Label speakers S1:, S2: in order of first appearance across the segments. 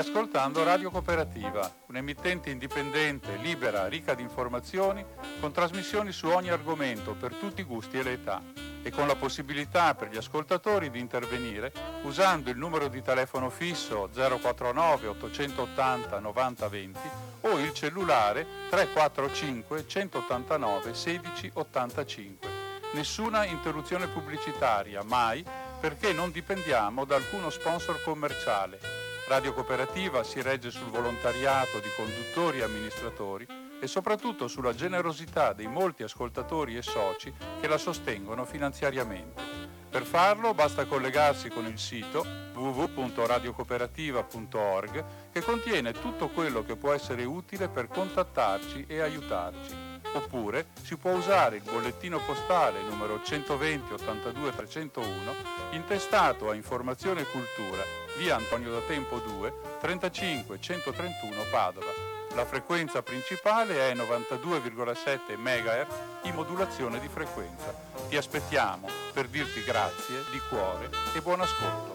S1: ascoltando Radio Cooperativa, un'emittente indipendente, libera, ricca di informazioni, con trasmissioni su ogni argomento per tutti i gusti e le età, e con la possibilità per gli ascoltatori di intervenire usando il numero di telefono fisso 049 880 90 20 o il cellulare 345 189 16 85. Nessuna interruzione pubblicitaria, mai, perché non dipendiamo da alcuno sponsor commerciale. Radio Cooperativa si regge sul volontariato di conduttori e amministratori e soprattutto sulla generosità dei molti ascoltatori e soci che la sostengono finanziariamente. Per farlo basta collegarsi con il sito www.radiocooperativa.org, che contiene tutto quello che può essere utile per contattarci e aiutarci. Oppure si può usare il bollettino postale numero 120 82 301 intestato a Informazione e Cultura, via Antonio da Tempo 2, 35 131 Padova. La frequenza principale è 92,7 MHz in modulazione di frequenza. Ti aspettiamo per dirti grazie di cuore e buon ascolto.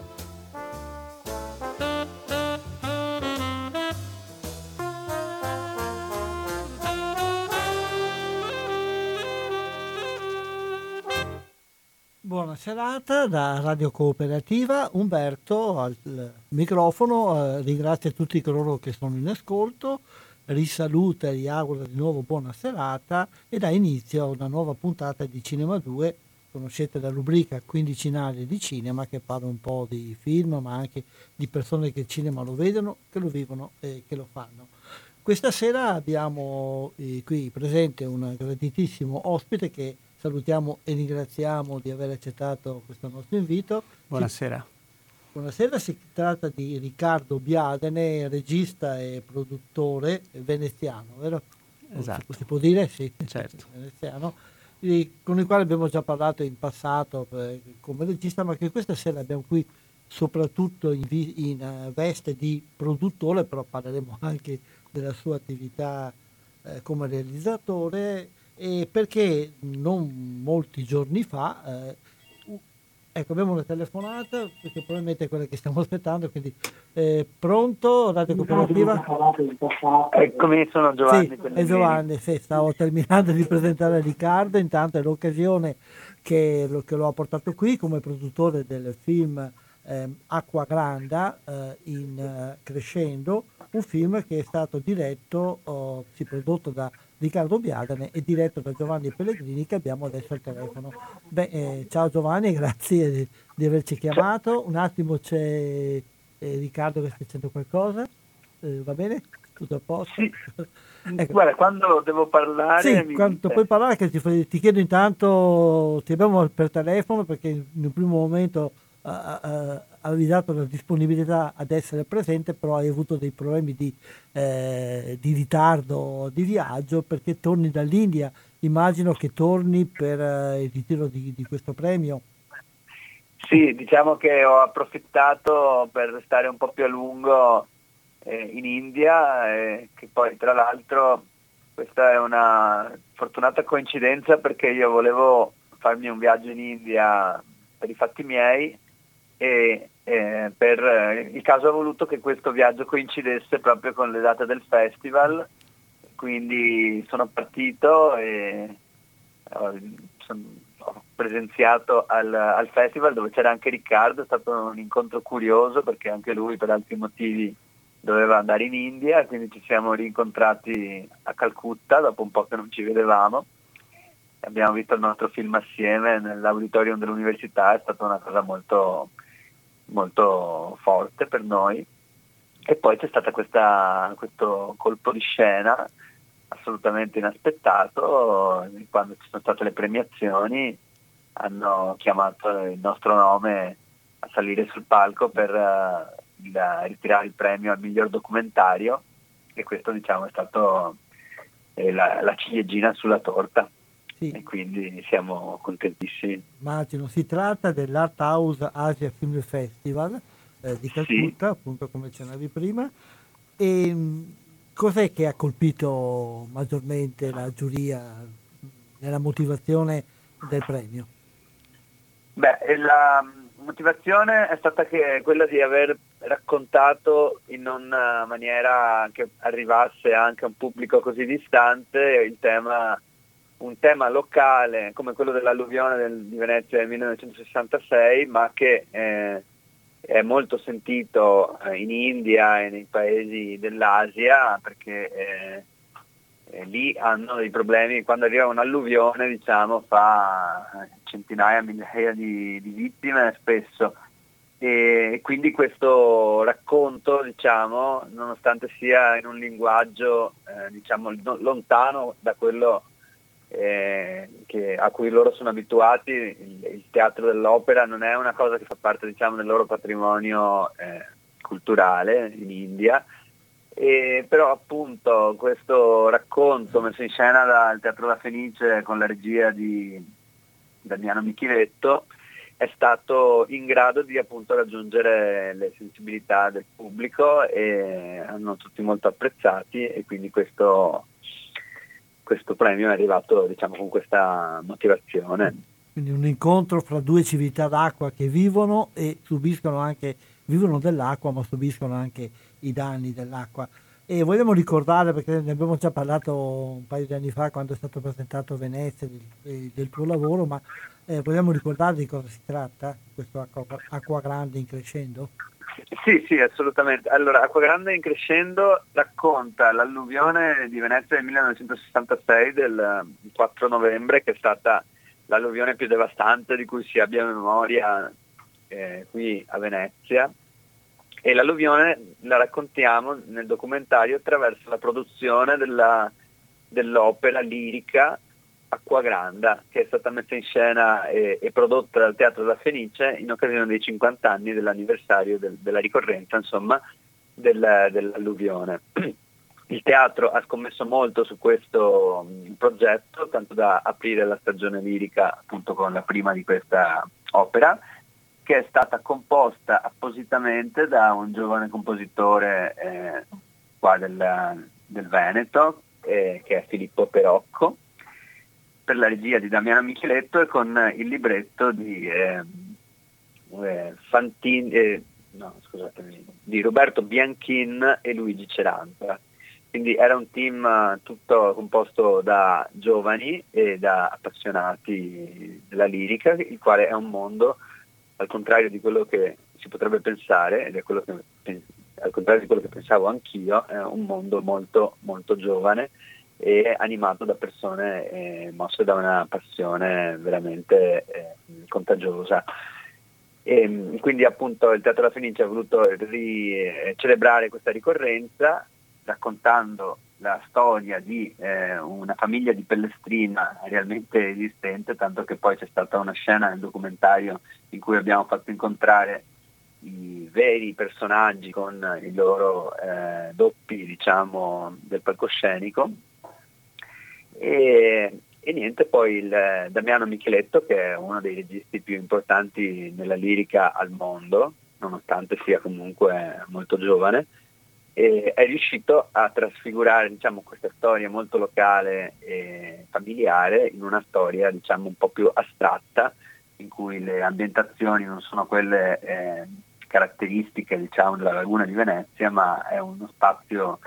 S2: Buona serata da Radio Cooperativa, Umberto al microfono, ringrazio tutti coloro che sono in ascolto, risaluta e riaugura di nuovo buona serata e dà inizio a una nuova puntata di Cinema 2, conoscete la rubrica quindicinale di cinema che parla un po' di film ma anche di persone che il cinema lo vedono, che lo vivono e che lo fanno. Questa sera abbiamo qui presente un graditissimo ospite che salutiamo e ringraziamo di aver accettato questo nostro invito.
S3: Buonasera.
S2: Buonasera, si tratta di Riccardo Biadene, regista e produttore veneziano, vero?
S3: Esatto.
S2: Si può dire? Sì,
S3: certo.
S2: Veneziano, con il quale abbiamo già parlato in passato come regista, ma che questa sera abbiamo qui soprattutto in veste di produttore, però parleremo anche della sua attività come realizzatore. Perché non molti giorni fa ecco, abbiamo una telefonata perché probabilmente è quella che stiamo aspettando, quindi pronto Radio Cooperativa?
S4: Eccomi, sono Giovanni.
S2: Sì, è Giovanni, sì, stavo terminando di presentare Riccardo, intanto è l'occasione che lo ha portato qui come produttore del film Acqua Granda in Crescendo, un film che è stato diretto, prodotto da Riccardo Biadene e diretto da Giovanni Pellegrini, che abbiamo adesso al telefono. Ciao Giovanni, grazie di averci chiamato. Un attimo c'è Riccardo che sta facendo qualcosa, va bene? Tutto a posto?
S4: Sì.
S2: Ecco.
S4: Guarda, quando devo parlare...
S2: Sì, quando puoi parlare, che ti chiedo intanto, ti abbiamo per telefono perché in un primo momento avevi dato la disponibilità ad essere presente, però hai avuto dei problemi di ritardo di viaggio perché torni dall'India. Immagino che torni per il ritiro di questo premio.
S4: Sì, diciamo che ho approfittato per stare un po' più a lungo in India, che poi tra l'altro questa è una fortunata coincidenza perché io volevo farmi un viaggio in India per i fatti miei e per il caso ha voluto che questo viaggio coincidesse proprio con le date del festival, quindi sono partito e ho presenziato al festival dove c'era anche Riccardo. È stato un incontro curioso perché anche lui per altri motivi doveva andare in India, quindi ci siamo rincontrati a Calcutta dopo un po' che non ci vedevamo. Abbiamo visto il nostro film assieme nell'auditorium dell'università, è stata una cosa molto, molto forte per noi. E poi c'è stato questo colpo di scena assolutamente inaspettato, quando ci sono state le premiazioni hanno chiamato il nostro nome a salire sul palco per ritirare il premio al miglior documentario, e questo diciamo è stato la ciliegina sulla torta. Sì. E quindi siamo contentissimi.
S2: Immagino, si tratta dell'Art House Asia Film Festival di Calcutta, sì, appunto come accennavi prima. E cos'è che ha colpito maggiormente la giuria nella motivazione del premio?
S4: Beh, la motivazione è stata quella di aver raccontato in una maniera che arrivasse anche a un pubblico così distante un tema locale come quello dell'alluvione di Venezia del 1966, ma che è molto sentito in India e nei paesi dell'Asia, perché lì hanno dei problemi. Quando arriva un'alluvione, diciamo, fa centinaia, migliaia di vittime spesso, e quindi questo racconto, diciamo, nonostante sia in un linguaggio diciamo lontano da quello a cui loro sono abituati, il teatro dell'opera non è una cosa che fa parte, diciamo, del loro patrimonio culturale in India. Però appunto questo racconto messo in scena dal Teatro La Fenice con la regia di Damiano Micheletto è stato in grado di appunto raggiungere le sensibilità del pubblico, e hanno tutti molto apprezzati, e quindi questo premio è arrivato, diciamo, con questa motivazione.
S2: Quindi un incontro fra due civiltà d'acqua che vivono vivono dell'acqua, ma subiscono anche i danni dell'acqua. E vogliamo ricordare, perché ne abbiamo già parlato un paio di anni fa quando è stato presentato a Venezia del tuo lavoro, ma vogliamo ricordare di cosa si tratta, questo Acqua Grande in Crescendo?
S4: Sì, assolutamente. Allora, Acqua Grande in Crescendo racconta l'alluvione di Venezia del 1966, del 4 novembre, che è stata l'alluvione più devastante di cui si abbia memoria qui a Venezia, e l'alluvione la raccontiamo nel documentario attraverso la produzione dell'opera lirica Acqua Grande, che è stata messa in scena e prodotta dal Teatro La Fenice in occasione dei 50 anni dell'anniversario della ricorrenza, insomma, dell'alluvione. Il teatro ha scommesso molto su questo progetto, tanto da aprire la stagione lirica appunto con la prima di questa opera, che è stata composta appositamente da un giovane compositore qua del Veneto, che è Filippo Perocco, per la regia di Damiano Micheletto, e con il libretto di di Roberto Bianchin e Luigi Ceranta. Quindi era un team tutto composto da giovani e da appassionati della lirica, il quale è un mondo, al contrario di quello che si potrebbe pensare, ed è quello che al contrario di quello che pensavo anch'io, è un mondo molto molto giovane e animato da persone mosse da una passione veramente contagiosa. E quindi appunto il Teatro La Fenice ha voluto celebrare questa ricorrenza raccontando la storia di una famiglia di Pellestrina realmente esistente, tanto che poi c'è stata una scena nel documentario in cui abbiamo fatto incontrare i veri personaggi con i loro doppi, diciamo, del palcoscenico. E niente, poi il Damiano Micheletto, che è uno dei registi più importanti nella lirica al mondo, nonostante sia comunque molto giovane, è riuscito a trasfigurare, diciamo, questa storia molto locale e familiare in una storia, diciamo, un po' più astratta, in cui le ambientazioni non sono quelle caratteristiche, diciamo, della laguna di Venezia, ma è uno spazio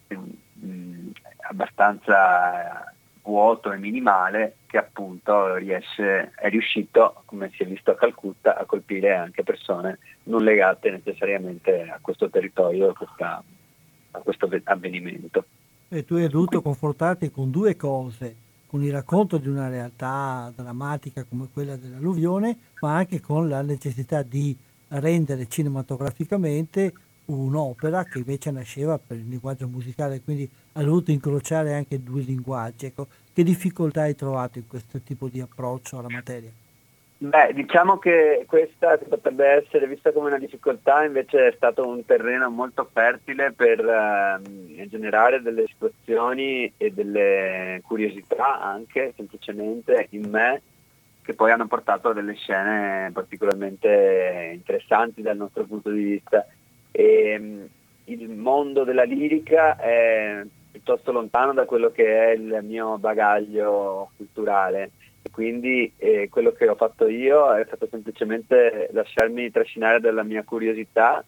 S4: abbastanza vuoto e minimale, che appunto è riuscito, come si è visto a Calcutta, a colpire anche persone non legate necessariamente a questo territorio, a questo avvenimento.
S2: E tu hai dovuto confrontarti con due cose, con il racconto di una realtà drammatica come quella dell'alluvione, ma anche con la necessità di rendere cinematograficamente un'opera che invece nasceva per il linguaggio musicale, quindi ha dovuto incrociare anche due linguaggi. Ecco, che difficoltà hai trovato in questo tipo di approccio alla materia?
S4: Beh, diciamo che questa, che potrebbe essere vista come una difficoltà, invece è stato un terreno molto fertile per generare delle situazioni e delle curiosità anche semplicemente in me, che poi hanno portato a delle scene particolarmente interessanti dal nostro punto di vista. E il mondo della lirica è piuttosto lontano da quello che è il mio bagaglio culturale. Quindi quello che ho fatto io è stato semplicemente lasciarmi trascinare dalla mia curiosità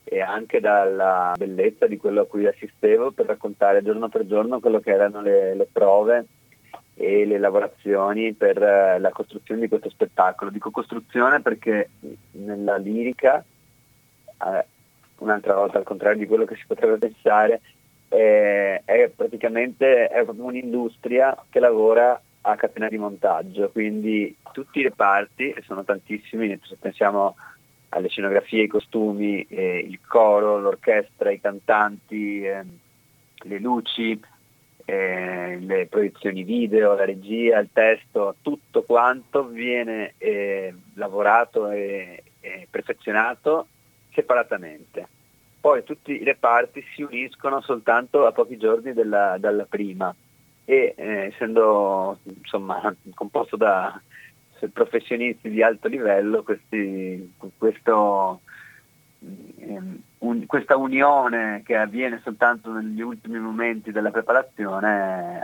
S4: e anche dalla bellezza di quello a cui assistevo, per raccontare giorno per giorno quello che erano le prove e le lavorazioni per la costruzione di questo spettacolo. Dico costruzione perché nella lirica, un'altra volta al contrario di quello che si potrebbe pensare, è proprio un'industria che lavora a catena di montaggio, quindi tutti i reparti, e sono tantissimi, se pensiamo alle scenografie, ai costumi, il coro, l'orchestra, i cantanti, le luci, le proiezioni video, la regia, il testo, tutto quanto viene lavorato e perfezionato separatamente. Poi tutti i reparti si uniscono soltanto a pochi giorni dalla prima e essendo insomma composto da professionisti di alto livello, questa unione che avviene soltanto negli ultimi momenti della preparazione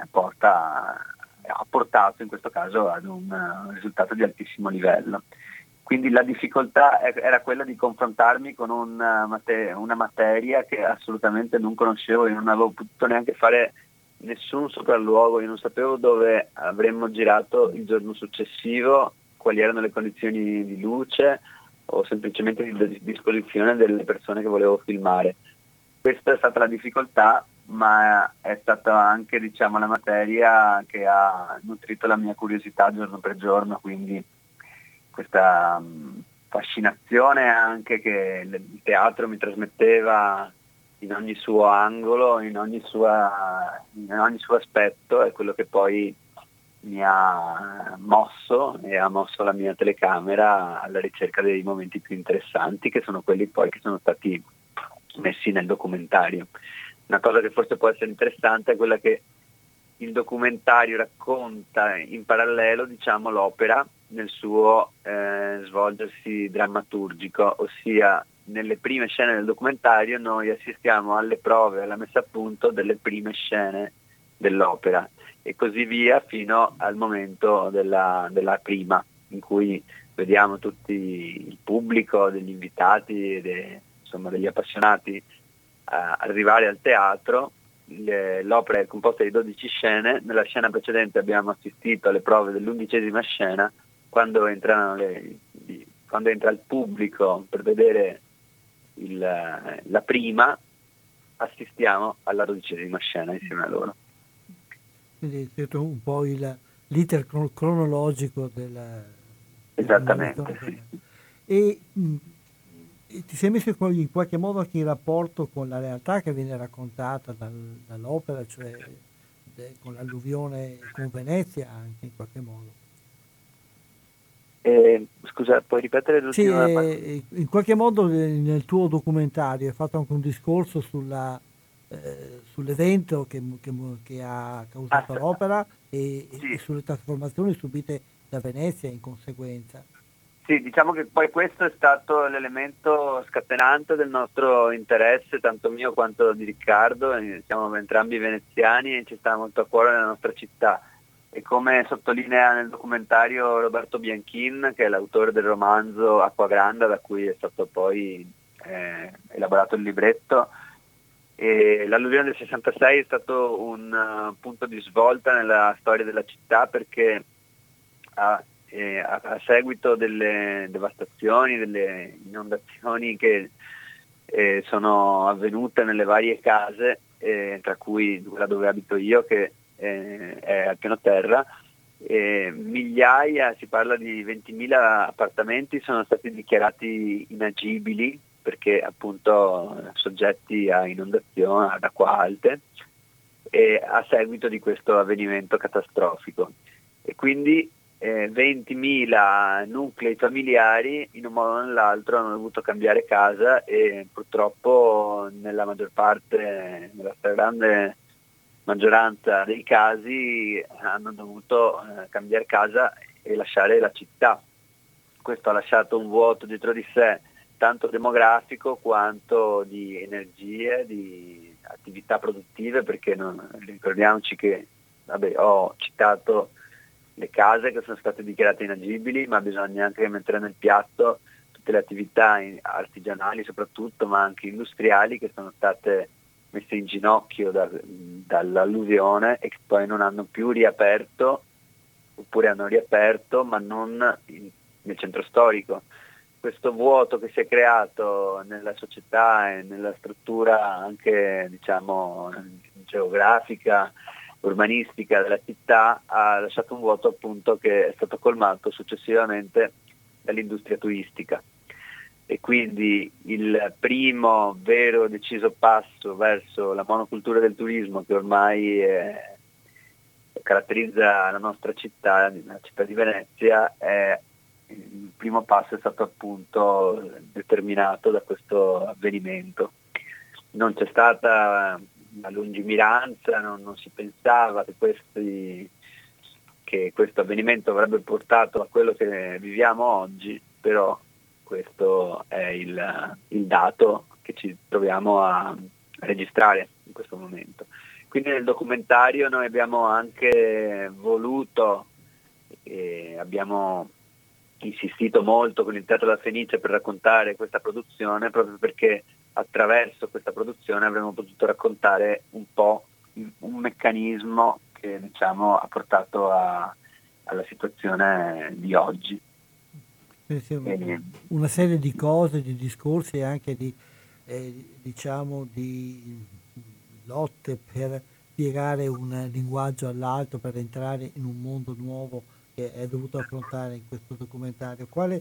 S4: ha portato in questo caso ad un risultato di altissimo livello. Quindi la difficoltà era quella di confrontarmi con una materia che assolutamente non conoscevo e non avevo potuto neanche fare nessun sopralluogo, io non sapevo dove avremmo girato il giorno successivo, quali erano le condizioni di luce o semplicemente di disposizione delle persone che volevo filmare. Questa è stata la difficoltà, ma è stata anche, diciamo, la materia che ha nutrito la mia curiosità giorno per giorno, quindi questa fascinazione anche che il teatro mi trasmetteva in ogni suo angolo, in ogni suo aspetto, è quello che poi mi ha mosso e ha mosso la mia telecamera alla ricerca dei momenti più interessanti, che sono quelli poi che sono stati messi nel documentario. Una cosa che forse può essere interessante è quella che il documentario racconta in parallelo, diciamo, l'opera nel suo svolgersi drammaturgico, ossia nelle prime scene del documentario noi assistiamo alle prove, alla messa a punto delle prime scene dell'opera e così via fino al momento della prima, in cui vediamo tutti il pubblico, degli invitati e degli appassionati arrivare al teatro. L'opera è composta di 12 scene, nella scena precedente abbiamo assistito alle prove dell'11ª scena, quando entra il pubblico per vedere la prima, assistiamo alla 12ª scena insieme a loro.
S2: Quindi è un po' l'iter cronologico
S4: Esattamente, sì.
S2: E ti sei messo in qualche modo anche in rapporto con la realtà che viene raccontata dall'opera, cioè con l'alluvione, con Venezia anche in qualche modo?
S4: Scusa, puoi ripetere l'ultima
S2: parte? In qualche modo nel tuo documentario hai fatto anche un discorso sull'evento che ha causato l'opera e sulle trasformazioni subite da Venezia in conseguenza.
S4: Sì, diciamo che poi questo è stato l'elemento scatenante del nostro interesse, tanto mio quanto di Riccardo. Siamo entrambi veneziani e ci sta molto a cuore la nostra città. E come sottolinea nel documentario Roberto Bianchin, che è l'autore del romanzo Acquagranda, da cui è stato poi elaborato il libretto, l'alluvione del 66 è stato un punto di svolta nella storia della città, perché a seguito delle devastazioni, delle inondazioni che sono avvenute nelle varie case, tra cui quella dove abito io, che è al piano terra, migliaia, si parla di 20.000 appartamenti sono stati dichiarati inagibili perché appunto soggetti a inondazione, ad acqua alte, a seguito di questo avvenimento catastrofico. E quindi 20.000 nuclei familiari in un modo o nell'altro hanno dovuto cambiare casa e purtroppo nella maggior parte, nella stragrande maggioranza dei casi hanno dovuto cambiare casa e lasciare la città. Questo ha lasciato un vuoto dietro di sé tanto demografico quanto di energie, di attività produttive, perché ricordiamoci che ho citato le case che sono state dichiarate inagibili, ma bisogna anche mettere nel piatto tutte le attività artigianali soprattutto, ma anche industriali, che sono state messe in ginocchio dall'alluvione e che poi non hanno più riaperto, oppure hanno riaperto ma non nel centro storico. Questo vuoto che si è creato nella società e nella struttura anche, diciamo, geografica, urbanistica della città ha lasciato un vuoto appunto che è stato colmato successivamente dall'industria turistica. E quindi il primo vero deciso passo verso la monocultura del turismo, che ormai caratterizza la nostra città, la città di Venezia, il primo passo è stato appunto determinato da questo avvenimento. Non c'è stata la lungimiranza, non si pensava che questo avvenimento avrebbe portato a quello che viviamo oggi, però questo è il dato che ci troviamo a registrare in questo momento. Quindi nel documentario noi abbiamo anche voluto e abbiamo insistito molto con il Teatro La Fenice per raccontare questa produzione, proprio perché attraverso questa produzione avremmo potuto raccontare un po' un meccanismo che, diciamo, ha portato alla situazione di oggi.
S2: Una serie di cose, di discorsi e anche di lotte per spiegare un linguaggio all'altro, per entrare in un mondo nuovo che è dovuto affrontare in questo documentario. Quale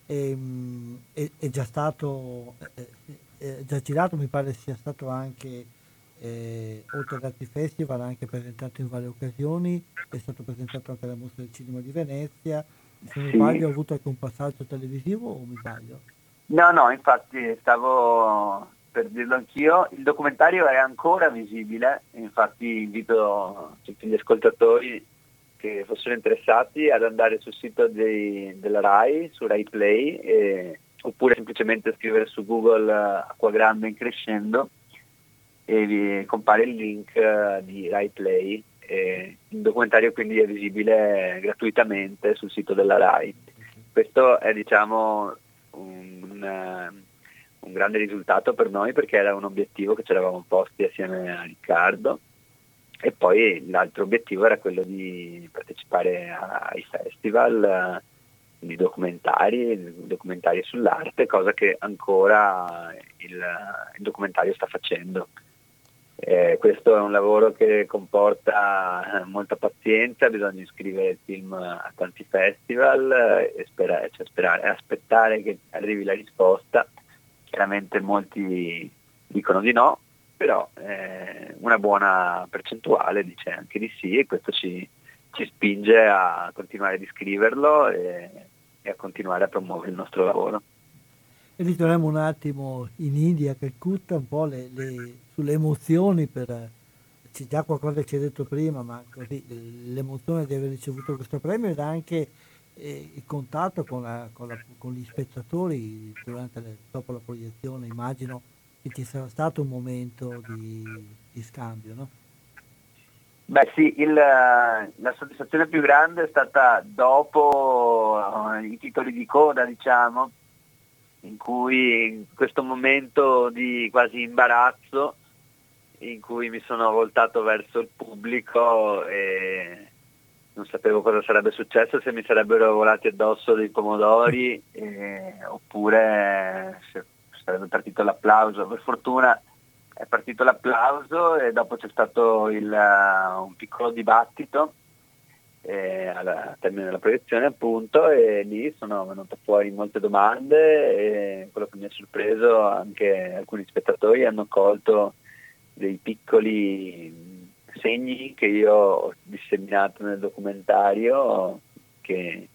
S2: è già stato già girato, mi pare sia stato anche oltre ad altri festival anche presentato in varie occasioni, è stato presentato anche alla Mostra del Cinema di Venezia. Se non sbaglio, ho avuto anche un passaggio televisivo, o mi sbaglio?
S4: No, infatti stavo per dirlo anch'io, il documentario è ancora visibile, infatti invito tutti gli ascoltatori che fossero interessati ad andare sul sito della RAI, su RAI Play, oppure semplicemente scrivere su Google Acqua Grande in Crescendo e vi compare il link di RAI Play. Il documentario quindi è visibile gratuitamente sul sito della RAI. Questo è, diciamo, un grande risultato per noi, perché era un obiettivo che ci eravamo posti assieme a Riccardo, e poi l'altro obiettivo era quello di partecipare ai festival di documentari sull'arte, cosa che ancora il documentario sta facendo. Questo è un lavoro che comporta molta pazienza, bisogna iscrivere il film a tanti festival e aspettare che arrivi la risposta. Chiaramente molti dicono di no, però una buona percentuale dice anche di sì, e questo ci spinge a continuare ad iscriverlo e a continuare a promuovere il nostro lavoro.
S2: E ritorniamo un attimo in India, Calcutta, un po' sulle emozioni, c'è già qualcosa che ci hai detto prima, ma così l'emozione di aver ricevuto questo premio ed anche il contatto con gli spettatori dopo la proiezione. Immagino che ci sarà stato un momento di scambio, no?
S4: Beh sì, la soddisfazione più grande è stata dopo i titoli di coda, diciamo, in cui in questo momento di quasi imbarazzo, in cui mi sono voltato verso il pubblico e non sapevo cosa sarebbe successo, se mi sarebbero volati addosso dei pomodori oppure se sarebbe partito l'applauso. Per fortuna è partito l'applauso e dopo c'è stato un piccolo dibattito al termine della proiezione, appunto, e lì sono venute fuori molte domande e quello che mi ha sorpreso, anche alcuni spettatori hanno colto dei piccoli segni che io ho disseminato nel documentario, che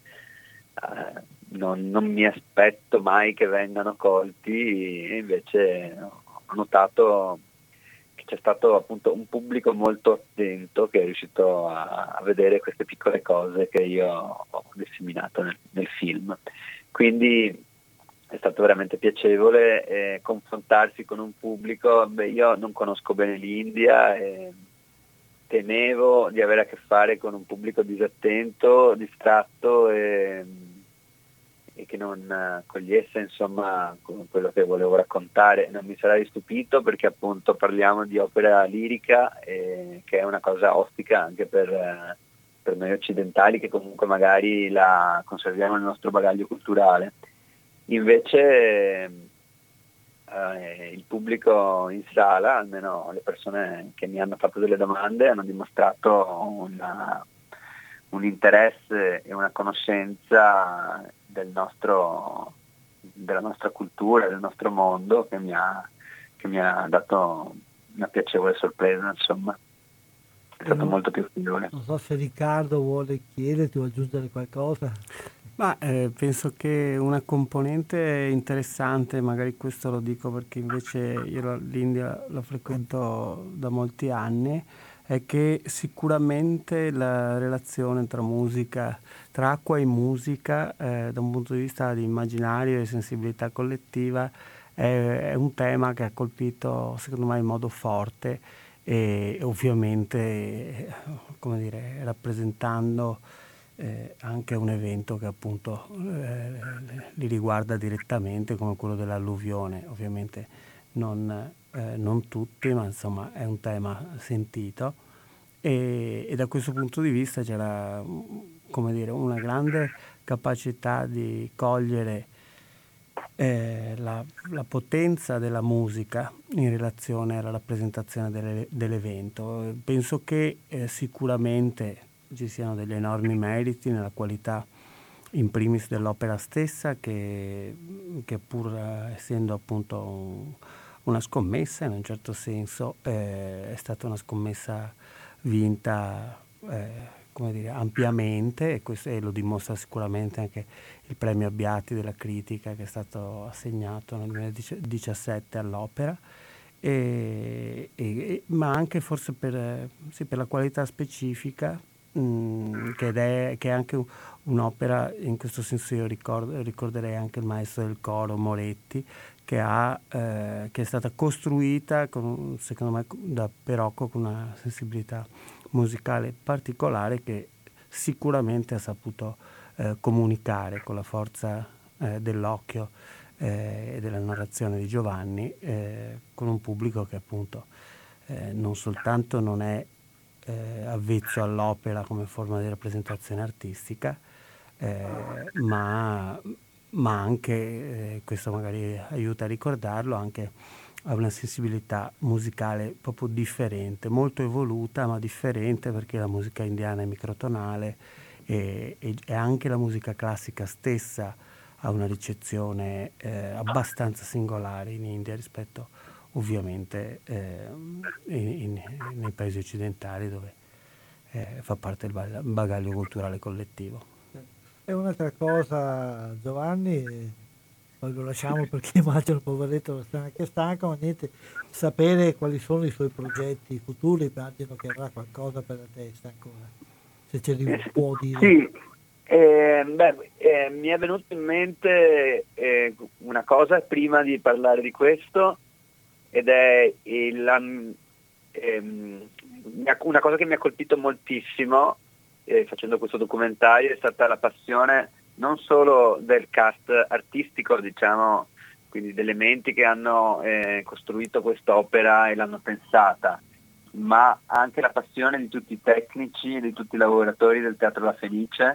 S4: non mi aspetto mai che vengano colti, e invece ho notato che c'è stato appunto un pubblico molto attento che è riuscito a vedere queste piccole cose che io ho disseminato nel film. Quindi è stato veramente piacevole confrontarsi con un pubblico. Io non conosco bene l'India e temevo di avere a che fare con un pubblico disattento, distratto e e che non cogliesse insomma quello che volevo raccontare non mi sarei stupito, perché appunto parliamo di opera lirica, che è una cosa ostica anche per noi occidentali, che comunque magari la conserviamo nel nostro bagaglio culturale. Invece il pubblico in sala, almeno le persone che mi hanno fatto delle domande, hanno dimostrato un interesse e una conoscenza della nostra cultura, del nostro mondo, che mi ha dato una piacevole sorpresa, insomma. È stato molto piacevole.
S2: Non so se Riccardo vuole chiederti o aggiungere qualcosa.
S3: Ma penso che una componente interessante, magari questo lo dico perché invece io l'India la frequento da molti anni, è che sicuramente la relazione tra acqua e musica, da un punto di vista di immaginario e sensibilità collettiva, è un tema che ha colpito secondo me in modo forte e ovviamente, come dire, rappresentando anche un evento che appunto li riguarda direttamente, come quello dell'alluvione. Ovviamente non tutti, ma insomma è un tema sentito e da questo punto di vista c'era, come dire, una grande capacità di cogliere la potenza della musica in relazione alla rappresentazione dell'evento. Penso che sicuramente ci siano degli enormi meriti nella qualità in primis dell'opera stessa, che pur essendo appunto una scommessa in un certo senso, è stata una scommessa vinta come dire, ampiamente, e lo dimostra sicuramente anche il premio Abbiati della critica che è stato assegnato nel 2017 all'opera, ma anche forse per la qualità specifica, che è anche un'opera. In questo senso io ricorderei anche il maestro del coro Moretti, che è stata costruita secondo me per Rocco con una sensibilità musicale particolare, che sicuramente ha saputo comunicare con la forza dell'occhio e della narrazione di Giovanni con un pubblico che appunto non soltanto non è avvezzo all'opera come forma di rappresentazione artistica, ma anche, questo magari aiuta a ricordarlo, anche ha una sensibilità musicale proprio differente, molto evoluta ma differente, perché la musica indiana è microtonale e anche la musica classica stessa ha una ricezione abbastanza singolare in India rispetto ovviamente nei paesi occidentali, dove fa parte del bagaglio culturale collettivo.
S2: E un'altra cosa, Giovanni, poi lo lasciamo perché immagino il poveretto sta anche stanco, ma niente, sapere quali sono i suoi progetti futuri. Immagino che avrà qualcosa per la testa ancora, se ce li può dire.
S4: Sì, mi è venuto in mente una cosa prima di parlare di questo, ed è una cosa che mi ha colpito moltissimo facendo questo documentario, è stata la passione non solo del cast artistico, diciamo, quindi delle menti che hanno costruito quest'opera e l'hanno pensata, ma anche la passione di tutti i tecnici, di tutti i lavoratori del Teatro La Fenice,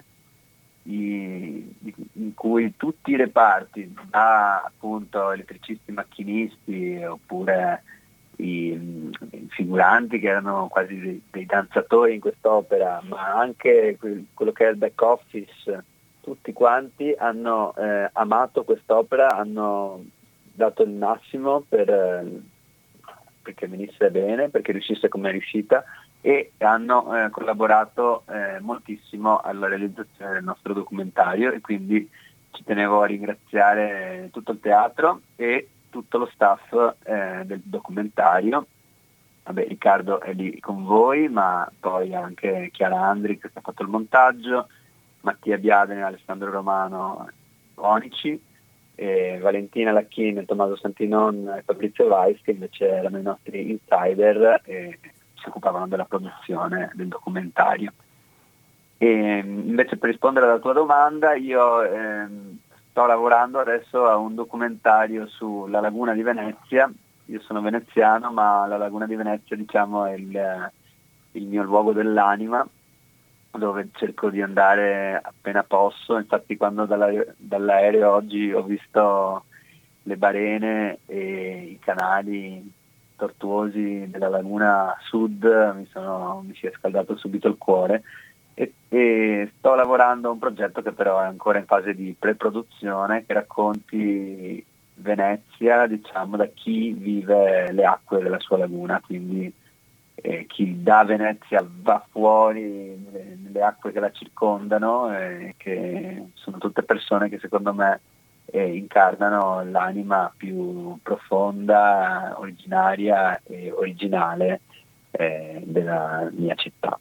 S4: in cui tutti i reparti, da appunto elettricisti, macchinisti, oppure i figuranti che erano quasi dei danzatori in quest'opera, ma anche quello che è il back office, tutti quanti hanno amato quest'opera, hanno dato il massimo perché venisse bene, perché riuscisse come è riuscita, e hanno collaborato moltissimo alla realizzazione del nostro documentario, e quindi ci tenevo a ringraziare tutto il teatro e tutto lo staff del documentario. Vabbè, Riccardo è lì con voi, ma poi anche Chiara Andri che ha fatto il montaggio, Mattia Biadene, Alessandro Romano, Onici, Valentina Lacchini, Tommaso Santinon e Fabrizio Weiss, che invece erano i nostri insider e si occupavano della produzione del documentario. E invece, per rispondere alla tua domanda, io sto lavorando adesso a un documentario sulla laguna di Venezia. Io sono veneziano, ma la laguna di Venezia, diciamo, è il mio luogo dell'anima, dove cerco di andare appena posso. Infatti quando dall'aereo oggi ho visto le balene e i canali tortuosi della laguna sud, mi si è scaldato subito il cuore, e sto lavorando a un progetto che però è ancora in fase di preproduzione, che racconti Venezia, diciamo, da chi vive le acque della sua laguna, quindi chi da Venezia va fuori nelle acque che la circondano, che sono tutte persone che secondo me incarnano l'anima più profonda, originaria e originale della mia città.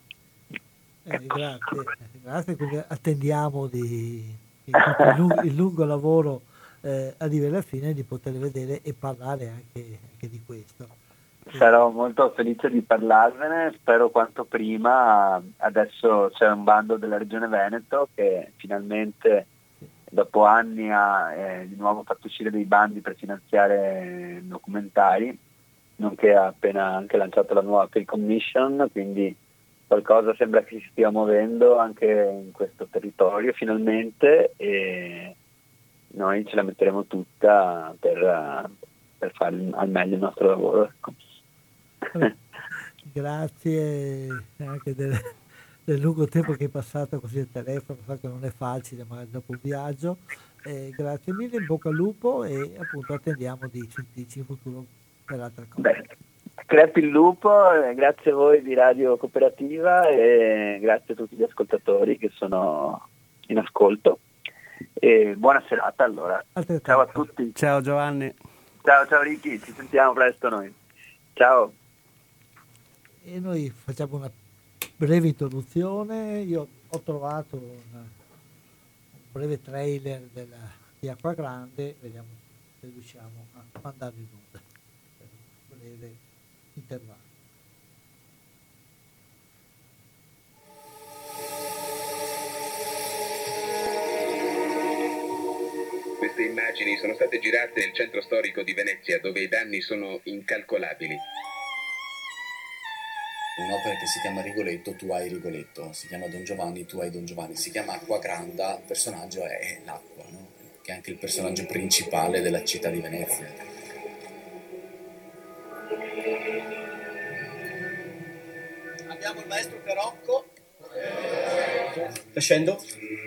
S2: Grazie, quindi attendiamo il lungo lavoro arrivi alla fine, di poter vedere e parlare anche di questo.
S4: Sarò molto felice di parlarvene, spero quanto prima. Adesso c'è un bando della Regione Veneto che finalmente dopo anni ha di nuovo fatto uscire dei bandi per finanziare documentari, nonché ha appena anche lanciato la nuova Film Commission, quindi qualcosa sembra che si stia muovendo anche in questo territorio finalmente, e noi ce la metteremo tutta per fare al meglio il nostro lavoro.
S2: Grazie anche del lungo tempo che hai passato così al telefono, so che non è facile magari dopo un viaggio. Grazie mille, in bocca al lupo, e appunto attendiamo di sentirci in futuro per altre cose.
S4: Beh, crepi il lupo, grazie a voi di Radio Cooperativa e grazie a tutti gli ascoltatori che sono in ascolto, e buona serata allora. Ciao a tutti.
S3: Ciao Giovanni.
S4: Ciao Ricky, ci sentiamo presto noi. Ciao.
S2: E noi facciamo una breve introduzione. Io ho trovato un breve trailer di Acqua Grande, vediamo se riusciamo a mandarlo in onda per un breve intervallo.
S5: Queste immagini sono state girate nel centro storico di Venezia, dove i danni sono incalcolabili.
S6: Un'opera che si chiama Rigoletto, tu hai Rigoletto, si chiama Don Giovanni, tu hai Don Giovanni, si chiama Acqua Granda, il personaggio è l'acqua, no? Che è anche il personaggio principale della città di Venezia.
S7: Abbiamo il maestro Perocco. Crescendo.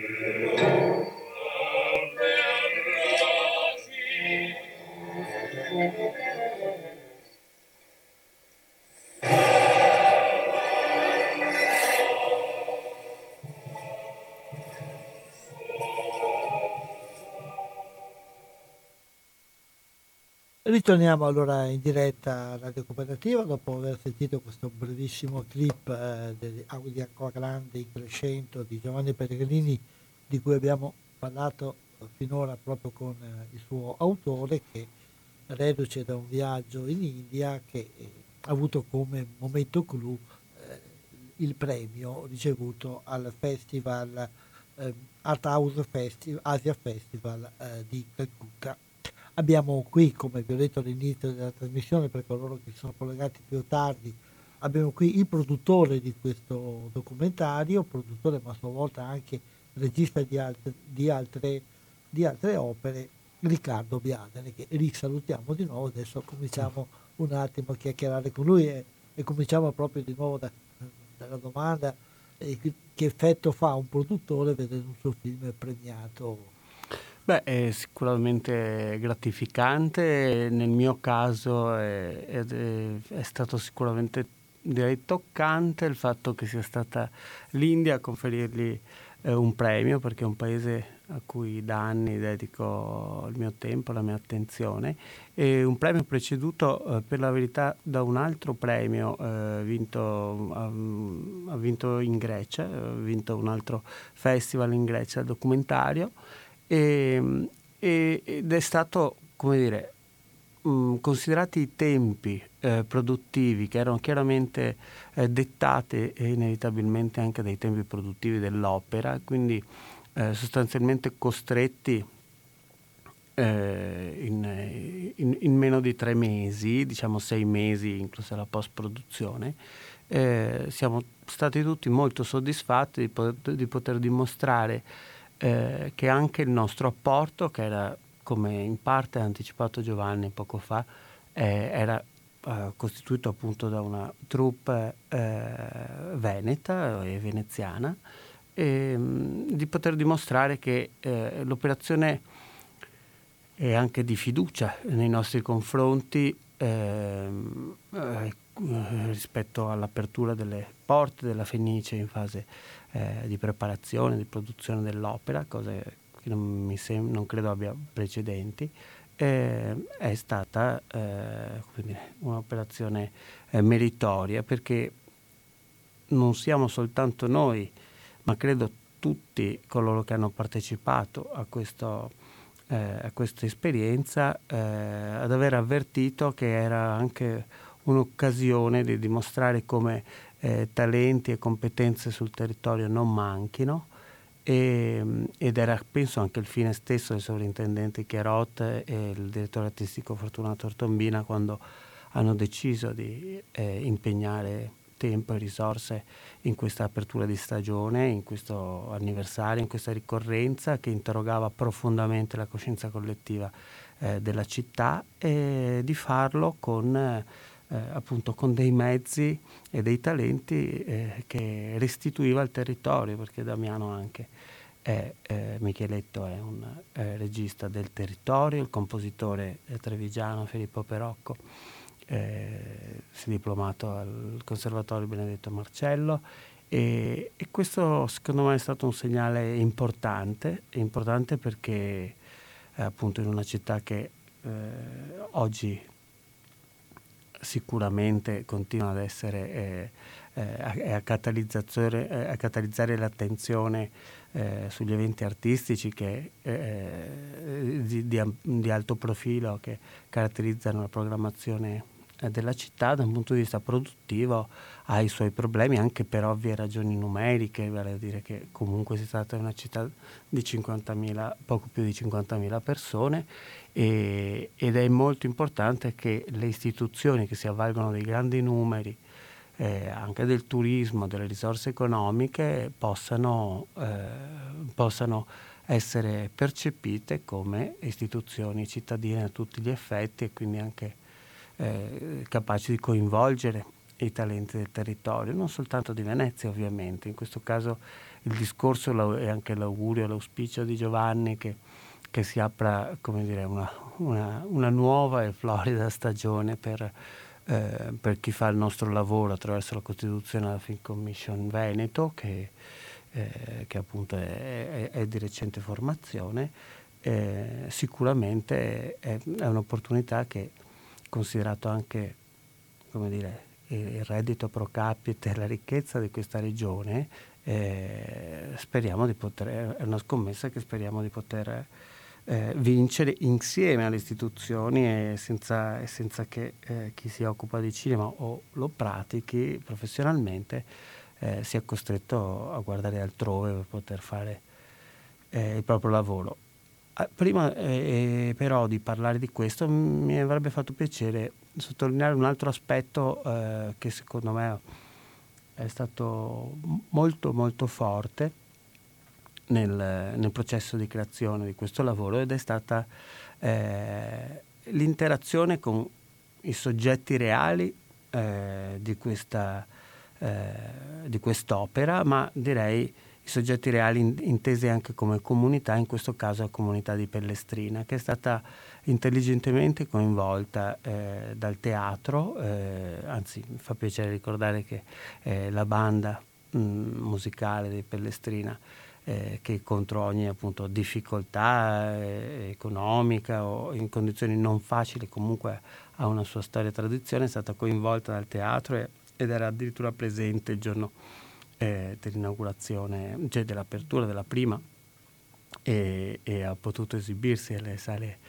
S2: Ritorniamo allora in diretta a Radio Cooperativa dopo aver sentito questo brevissimo clip di Acqua Grande in crescendo di Giovanni Pellegrini, di cui abbiamo parlato finora proprio con il suo autore, che reduce da un viaggio in India, che ha avuto come momento clou il premio ricevuto al Festival Art House Asia Festival di Calcutta. Abbiamo qui, come vi ho detto all'inizio della trasmissione, per coloro che sono collegati più tardi, abbiamo qui il produttore di questo documentario, produttore ma a sua volta anche regista di altre opere, Riccardo Biadene, che risalutiamo di nuovo. Adesso cominciamo un attimo a chiacchierare con lui e cominciamo proprio di nuovo dalla domanda: che effetto fa un produttore vedere un suo film premiato?
S3: Beh, è sicuramente gratificante. Nel mio caso è stato sicuramente, direi, toccante il fatto che sia stata l'India a conferirgli un premio, perché è un paese a cui da anni dedico il mio tempo, la mia attenzione, e un premio preceduto per la verità da un altro premio ha vinto in Grecia, ha vinto un altro festival in Grecia, documentario. Ed è stato, come dire, considerati i tempi produttivi, che erano chiaramente dettati inevitabilmente anche dai tempi produttivi dell'opera, quindi sostanzialmente costretti in meno di 3 mesi, diciamo 6 mesi inclusa la post-produzione. Siamo stati tutti molto soddisfatti di poter dimostrare che anche il nostro apporto, che era, come in parte ha anticipato Giovanni poco fa, era costituito appunto da una troupe veneta e veneziana, di poter dimostrare che l'operazione è anche di fiducia nei nostri confronti rispetto all'apertura delle porte della Fenice in fase di preparazione, di produzione dell'opera, cosa che non credo abbia precedenti. È stata un'operazione meritoria, perché non siamo soltanto noi, ma credo tutti coloro che hanno partecipato a questa esperienza ad aver avvertito che era anche un'occasione di dimostrare come talenti e competenze sul territorio non manchino, ed era, penso, anche il fine stesso del sovrintendente Chiarot e il direttore artistico Fortunato Ortombina quando hanno deciso di impegnare tempo e risorse in questa apertura di stagione, in questo anniversario, in questa ricorrenza che interrogava profondamente la coscienza collettiva della città, e di farlo con appunto con dei mezzi e dei talenti che restituiva al territorio, perché Damiano anche Micheletto è un regista del territorio, il compositore trevigiano Filippo Perocco si è diplomato al Conservatorio Benedetto Marcello, e questo secondo me è stato un segnale importante perché appunto in una città che oggi sicuramente continua ad essere a catalizzare l'attenzione sugli eventi artistici di alto profilo che caratterizzano la programmazione della città. Da un punto di vista produttivo ha i suoi problemi, anche per ovvie ragioni numeriche, vale a dire che comunque si tratta di una città di 50.000, poco più di 50.000 persone, ed è molto importante che le istituzioni che si avvalgono dei grandi numeri, anche del turismo, delle risorse economiche, possano essere percepite come istituzioni cittadine a tutti gli effetti, e quindi anche capaci di coinvolgere i talenti del territorio, non soltanto di Venezia ovviamente. In questo caso il discorso è anche l'augurio, l'auspicio di Giovanni che si apra, come dire, una nuova e florida stagione per chi fa il nostro lavoro attraverso la costituzione della Film Commission Veneto, che appunto è di recente formazione. Sicuramente è un'opportunità che, considerato anche, come dire, il reddito pro capite e la ricchezza di questa regione, speriamo di poter, è una scommessa che speriamo di poter vincere insieme alle istituzioni, e senza che chi si occupa di cinema o lo pratichi professionalmente sia costretto a guardare altrove per poter fare il proprio lavoro. Prima però di parlare di questo mi avrebbe fatto piacere sottolineare un altro aspetto che secondo me è stato molto molto forte nel processo di creazione di questo lavoro, ed è stata l'interazione con i soggetti reali di quest'opera, ma direi i soggetti reali intesi anche come comunità, in questo caso la comunità di Pellestrina, che è stata intelligentemente coinvolta dal teatro, anzi mi fa piacere ricordare che la banda musicale di Pellestrina, che contro ogni appunto difficoltà economica o in condizioni non facili comunque ha una sua storia e tradizione, è stata coinvolta dal teatro ed era addirittura presente il giorno dell'inaugurazione, cioè dell'apertura della prima, e ha potuto esibirsi alle sale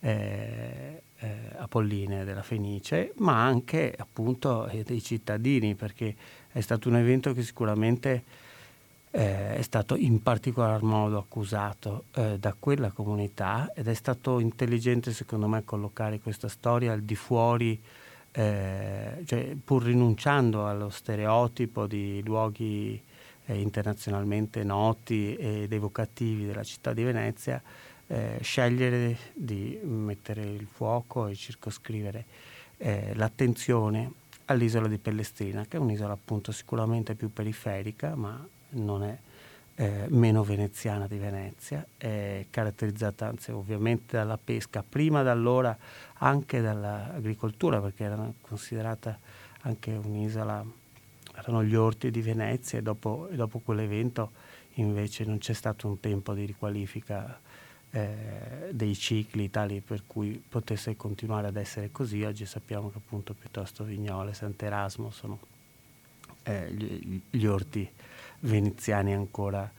S3: apolline della Fenice, ma anche appunto dei cittadini, perché è stato un evento che sicuramente è stato in particolar modo accusato da quella comunità, ed è stato intelligente secondo me collocare questa storia al di fuori, cioè pur rinunciando allo stereotipo di luoghi internazionalmente noti ed evocativi della città di Venezia, scegliere di mettere il fuoco e circoscrivere l'attenzione all'isola di Pellestrina, che è un'isola appunto sicuramente più periferica, ma non è meno veneziana di Venezia, è caratterizzata anzi ovviamente dalla pesca, prima da allora anche dall'agricoltura, perché era considerata anche un'isola, erano gli orti di Venezia, e dopo quell'evento invece non c'è stato un tempo di riqualifica dei cicli tali per cui potesse continuare ad essere così. Oggi sappiamo che appunto piuttosto Vignole, Sant'Erasmo sono gli orti veneziani ancora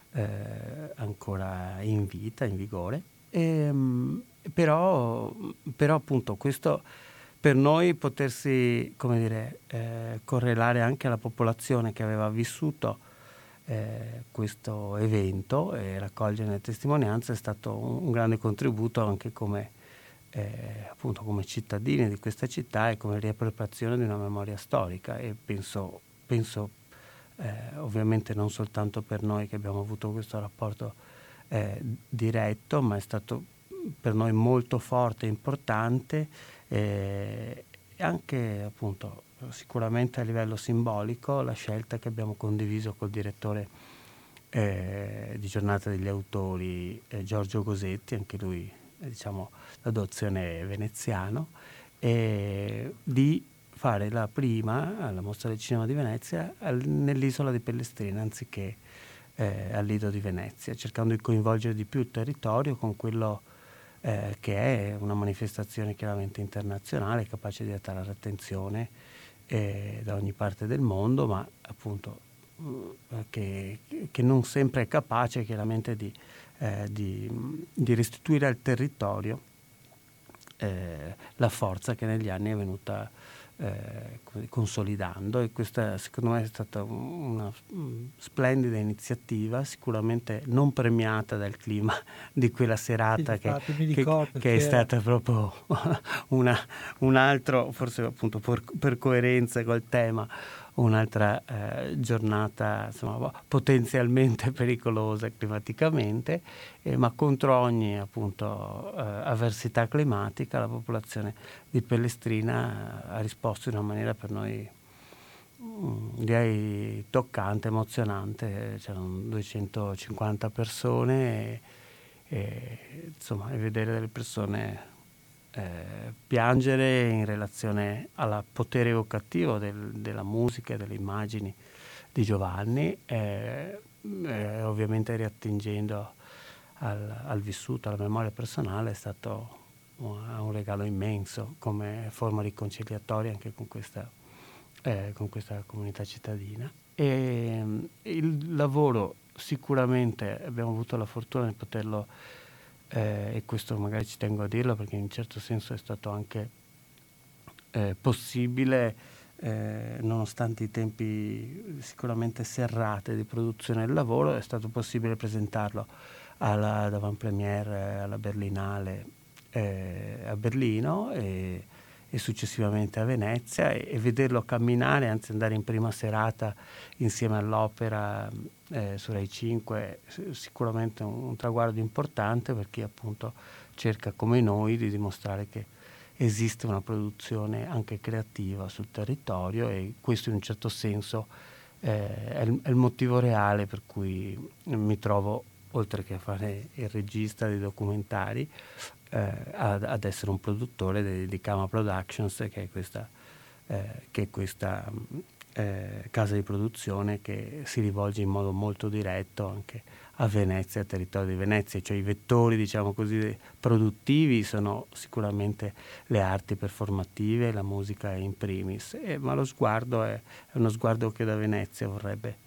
S3: in vita, in vigore, però appunto questo per noi potersi, come dire, correlare anche alla popolazione che aveva vissuto questo evento e raccogliere le testimonianze è stato un grande contributo anche come appunto come cittadini di questa città e come riappropriazione di una memoria storica. E penso ovviamente non soltanto per noi che abbiamo avuto questo rapporto diretto, ma è stato per noi molto forte e importante, e anche appunto sicuramente a livello simbolico la scelta che abbiamo condiviso col direttore di Giornata degli Autori Giorgio Gosetti, anche lui diciamo d'adozione veneziano, di fare la prima alla Mostra del Cinema di Venezia nell'isola di Pellestrina anziché al Lido di Venezia, cercando di coinvolgere di più il territorio con quello che è una manifestazione chiaramente internazionale, capace di attrarre attenzione da ogni parte del mondo, ma appunto che non sempre è capace chiaramente di restituire al territorio la forza che negli anni è venuta consolidando, e questa secondo me è stata una splendida iniziativa, sicuramente non premiata dal clima di quella serata, che è stata proprio un altro, forse appunto per coerenza col tema, un'altra giornata insomma potenzialmente pericolosa climaticamente, ma contro ogni appunto avversità climatica la popolazione di Pellestrina ha risposto in una maniera per noi direi toccante, emozionante. C'erano 250 persone insomma, e vedere delle persone piangere in relazione al potere evocativo della musica e delle immagini di Giovanni, ovviamente riattingendo al vissuto, alla memoria personale, è stato un regalo immenso come forma riconciliatoria anche con questa comunità cittadina. E il lavoro sicuramente abbiamo avuto la fortuna di poterlo e questo magari ci tengo a dirlo perché in un certo senso è stato anche possibile, nonostante i tempi sicuramente serrati di produzione del lavoro, è stato possibile presentarlo alla Avant-Première alla Berlinale a Berlino e successivamente a Venezia, e vederlo camminare, anzi andare in prima serata insieme all'opera su Rai 5 sicuramente un traguardo importante per chi appunto cerca come noi di dimostrare che esiste una produzione anche creativa sul territorio, e questo in un certo senso è il motivo reale per cui mi trovo, oltre che a fare il regista di documentari, ad essere un produttore di Kama Productions, che è questa casa di produzione che si rivolge in modo molto diretto anche a Venezia, al territorio di Venezia. Cioè i vettori, diciamo così, produttivi sono sicuramente le arti performative, la musica in primis, ma lo sguardo è uno sguardo che da Venezia vorrebbe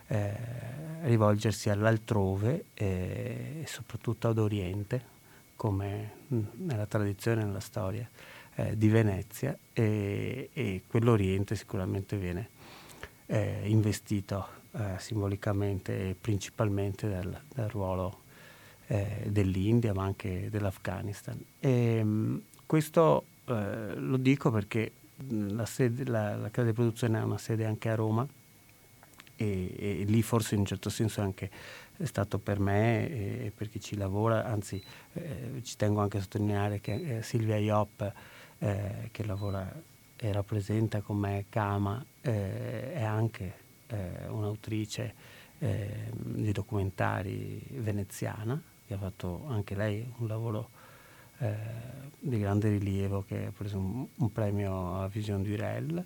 S3: rivolgersi all'altrove e soprattutto ad Oriente, come nella tradizione e nella storia di Venezia, e quell'Oriente sicuramente viene investito simbolicamente e principalmente del ruolo dell'India, ma anche dell'Afghanistan. Questo lo dico perché la casa di produzione ha una sede anche a Roma, e lì forse in un certo senso anche è stato per me e per chi ci lavora, anzi ci tengo anche a sottolineare che Silvia Iop, che lavora e rappresenta con me Kama, è anche un'autrice di documentari veneziana, che ha fatto anche lei un lavoro di grande rilievo, che ha preso un premio a Vision du Rel,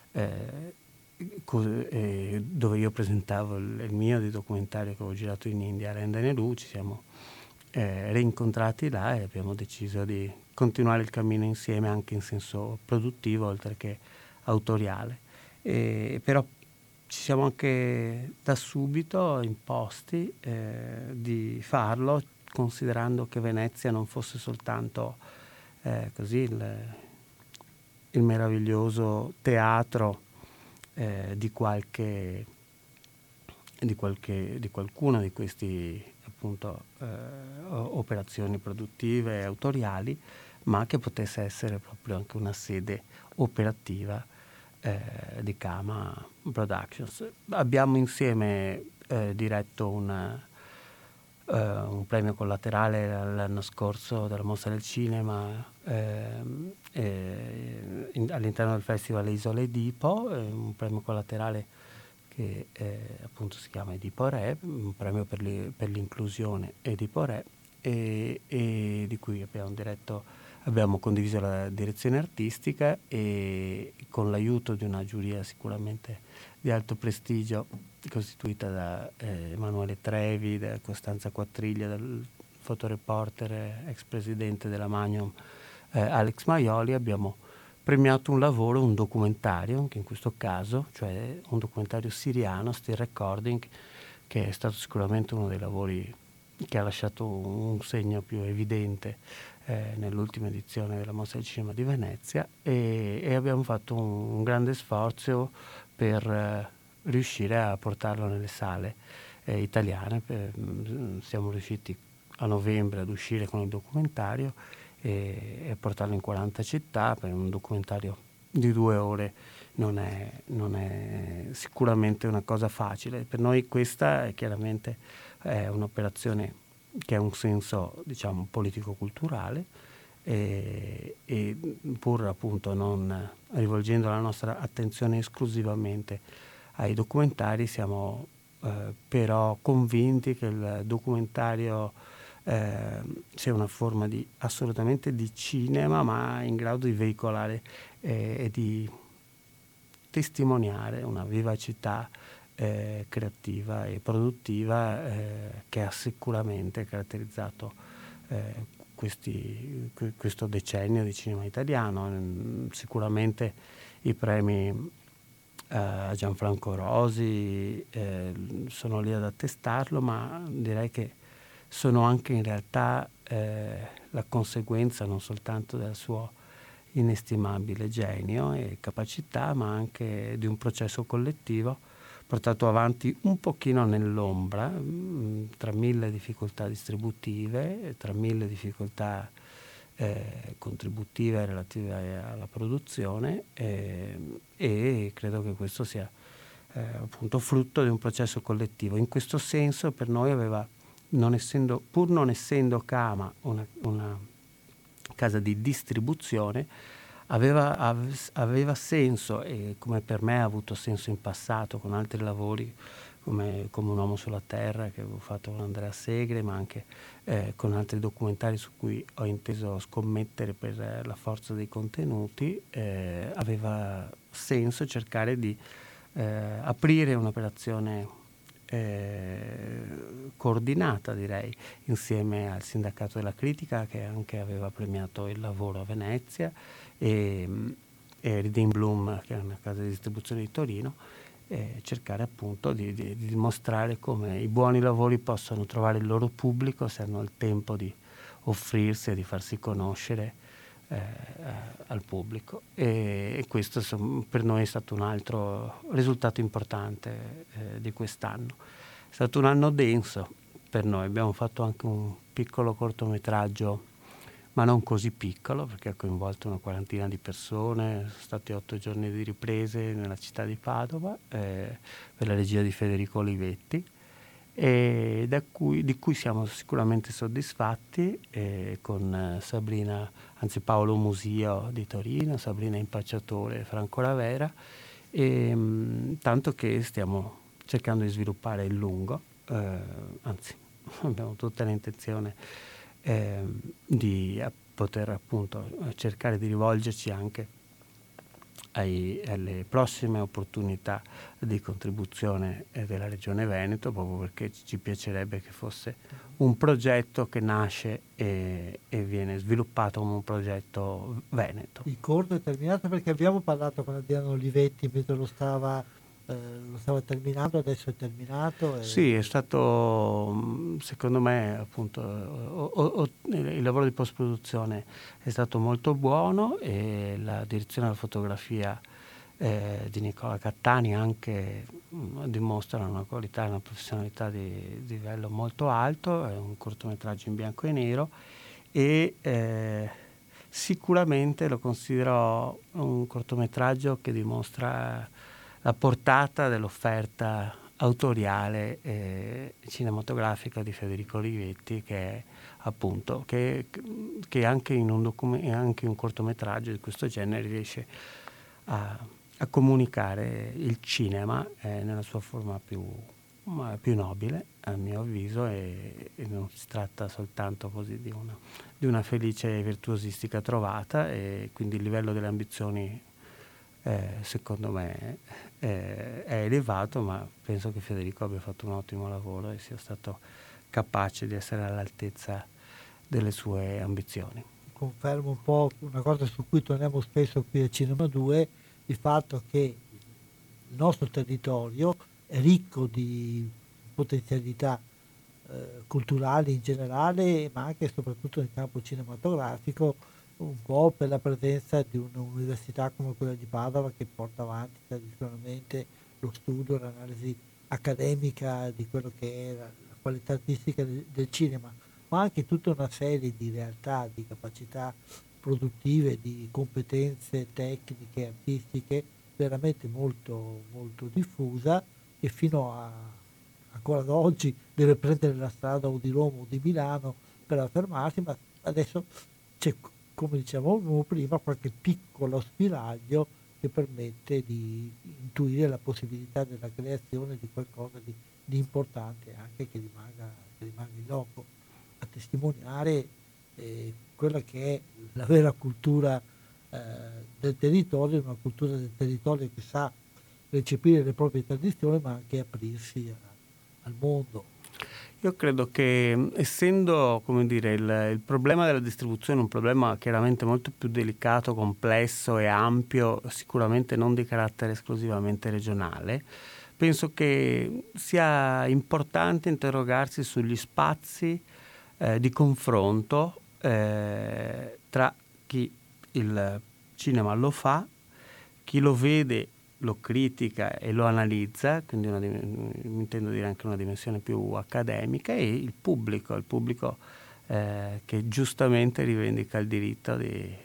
S3: dove io presentavo il mio di documentario che avevo girato in India, Renda Nehru. Ci siamo rincontrati là e abbiamo deciso di continuare il cammino insieme anche in senso produttivo oltre che autoriale. Però ci siamo anche da subito imposti di farlo, considerando che Venezia non fosse soltanto così il meraviglioso teatro di qualcuna di questi appunto operazioni produttive e autoriali, ma che potesse essere proprio anche una sede operativa di Kama Productions. Abbiamo insieme diretto un premio collaterale l'anno scorso della Mostra del Cinema all'interno del Festival Isole Edipo, un premio collaterale che appunto si chiama Edipo Re, un premio per l'inclusione Edipo Re, e di cui abbiamo condiviso la direzione artistica, e con l'aiuto di una giuria sicuramente di alto prestigio costituita da Emanuele Trevi, da Costanza Quattriglia, dal fotoreporter ex presidente della Magnum Alex Maioli, abbiamo premiato un lavoro, un documentario, anche in questo caso, cioè un documentario siriano, Still Recording, che è stato sicuramente uno dei lavori che ha lasciato un segno più evidente nell'ultima edizione della Mostra del Cinema di Venezia, e abbiamo fatto un grande sforzo per riuscire a portarlo nelle sale italiane. Siamo riusciti a novembre ad uscire con il documentario e portarlo in 40 città. Per un documentario di 2 ore non è sicuramente una cosa facile. Per noi questa è un'operazione che ha un senso, diciamo, politico-culturale, e pur appunto non rivolgendo la nostra attenzione esclusivamente ai documentari, siamo però convinti che il documentario sia una forma assolutamente di cinema, ma in grado di veicolare e di testimoniare una vivacità creativa e produttiva che ha sicuramente caratterizzato questo decennio di cinema italiano. Sicuramente i premi a Gianfranco Rosi sono lì ad attestarlo, ma direi che sono anche in realtà la conseguenza non soltanto del suo inestimabile genio e capacità, ma anche di un processo collettivo portato avanti un pochino nell'ombra, tra 1000 difficoltà distributive, tra 1000 difficoltà contributive relative alla produzione, e credo che questo sia appunto frutto di un processo collettivo. In questo senso per noi pur non essendo Kama una casa di distribuzione, aveva senso, e come per me ha avuto senso in passato con altri lavori come Un uomo sulla terra che avevo fatto con Andrea Segre, ma anche con altri documentari su cui ho inteso scommettere per la forza dei contenuti. Aveva senso cercare di aprire un'operazione coordinata, direi, insieme al Sindacato della Critica, che anche aveva premiato il lavoro a Venezia, e Reading Bloom, che è una casa di distribuzione di Torino, cercare appunto di dimostrare come i buoni lavori possono trovare il loro pubblico se hanno il tempo di offrirsi e di farsi conoscere al pubblico, e questo per noi è stato un altro risultato importante di quest'anno. È stato un anno denso per noi, abbiamo fatto anche un piccolo cortometraggio, ma non così piccolo, perché ha coinvolto una quarantina di persone. Sono stati 8 giorni di riprese nella città di Padova per la regia di Federico Olivetti, e di cui siamo sicuramente soddisfatti, con Paolo Musio di Torino, Sabrina Impacciatore e Franco Ravera, tanto che stiamo cercando di sviluppare il lungo, anzi abbiamo tutta l'intenzione di poter appunto cercare di rivolgerci anche alle prossime opportunità di contribuzione della Regione Veneto, proprio perché ci piacerebbe che fosse un progetto che nasce e viene sviluppato come un progetto veneto.
S2: Il corto è terminato, perché abbiamo parlato con Adriano Olivetti mentre lo stava terminando, adesso è terminato.
S3: Sì, è stato, secondo me, appunto, il lavoro di post-produzione è stato molto buono, e la direzione della fotografia di Nicola Cattani anche dimostra una qualità e una professionalità di livello molto alto. È un cortometraggio in bianco e nero, e sicuramente lo considero un cortometraggio che dimostra la portata dell'offerta autoriale cinematografica di Federico Olivetti, che appunto che anche in un cortometraggio di questo genere riesce a comunicare il cinema nella sua forma più nobile, a mio avviso, e non si tratta soltanto così di una felice e virtuosistica trovata, e quindi il livello delle ambizioni secondo me è elevato, ma penso che Federico abbia fatto un ottimo lavoro e sia stato capace di essere all'altezza delle sue ambizioni.
S2: Confermo un po' una cosa su cui torniamo spesso qui a Cinema 2, il fatto che il nostro territorio è ricco di potenzialità culturali in generale, ma anche e soprattutto nel campo cinematografico, un po' per la presenza di un'università come quella di Padova, che porta avanti tradizionalmente lo studio, l'analisi accademica di quello che è la qualità artistica del cinema, ma anche tutta una serie di realtà, di capacità produttive, di competenze tecniche, artistiche, veramente molto, molto diffusa, che fino a ancora ad oggi deve prendere la strada o di Roma o di Milano per affermarsi, ma adesso c'è, come dicevamo prima, qualche piccolo spiraglio che permette di intuire la possibilità della creazione di qualcosa di importante, anche che rimanga in loco, a testimoniare quella che è la vera cultura del territorio, una cultura del territorio che sa recepire le proprie tradizioni, ma anche aprirsi al mondo.
S3: Io credo che, essendo, come dire, il problema della distribuzione è un problema chiaramente molto più delicato, complesso e ampio, sicuramente non di carattere esclusivamente regionale, penso che sia importante interrogarsi sugli spazi di confronto tra chi il cinema lo fa, chi lo vede, lo critica e lo analizza, quindi intendo dire anche una dimensione più accademica, e il pubblico che giustamente rivendica il diritto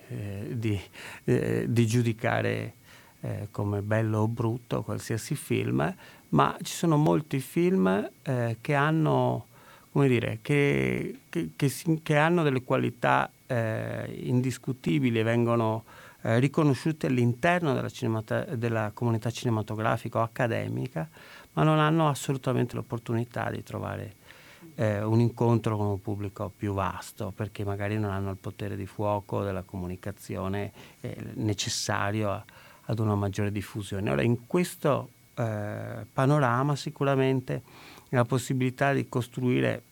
S3: di giudicare come bello o brutto qualsiasi film, ma ci sono molti film che hanno, come dire, che hanno delle qualità indiscutibili e vengono riconosciute all'interno della comunità cinematografica o accademica, ma non hanno assolutamente l'opportunità di trovare un incontro con un pubblico più vasto, perché magari non hanno il potere di fuoco della comunicazione necessario ad una maggiore diffusione. Ora, in questo panorama sicuramente la possibilità di costruire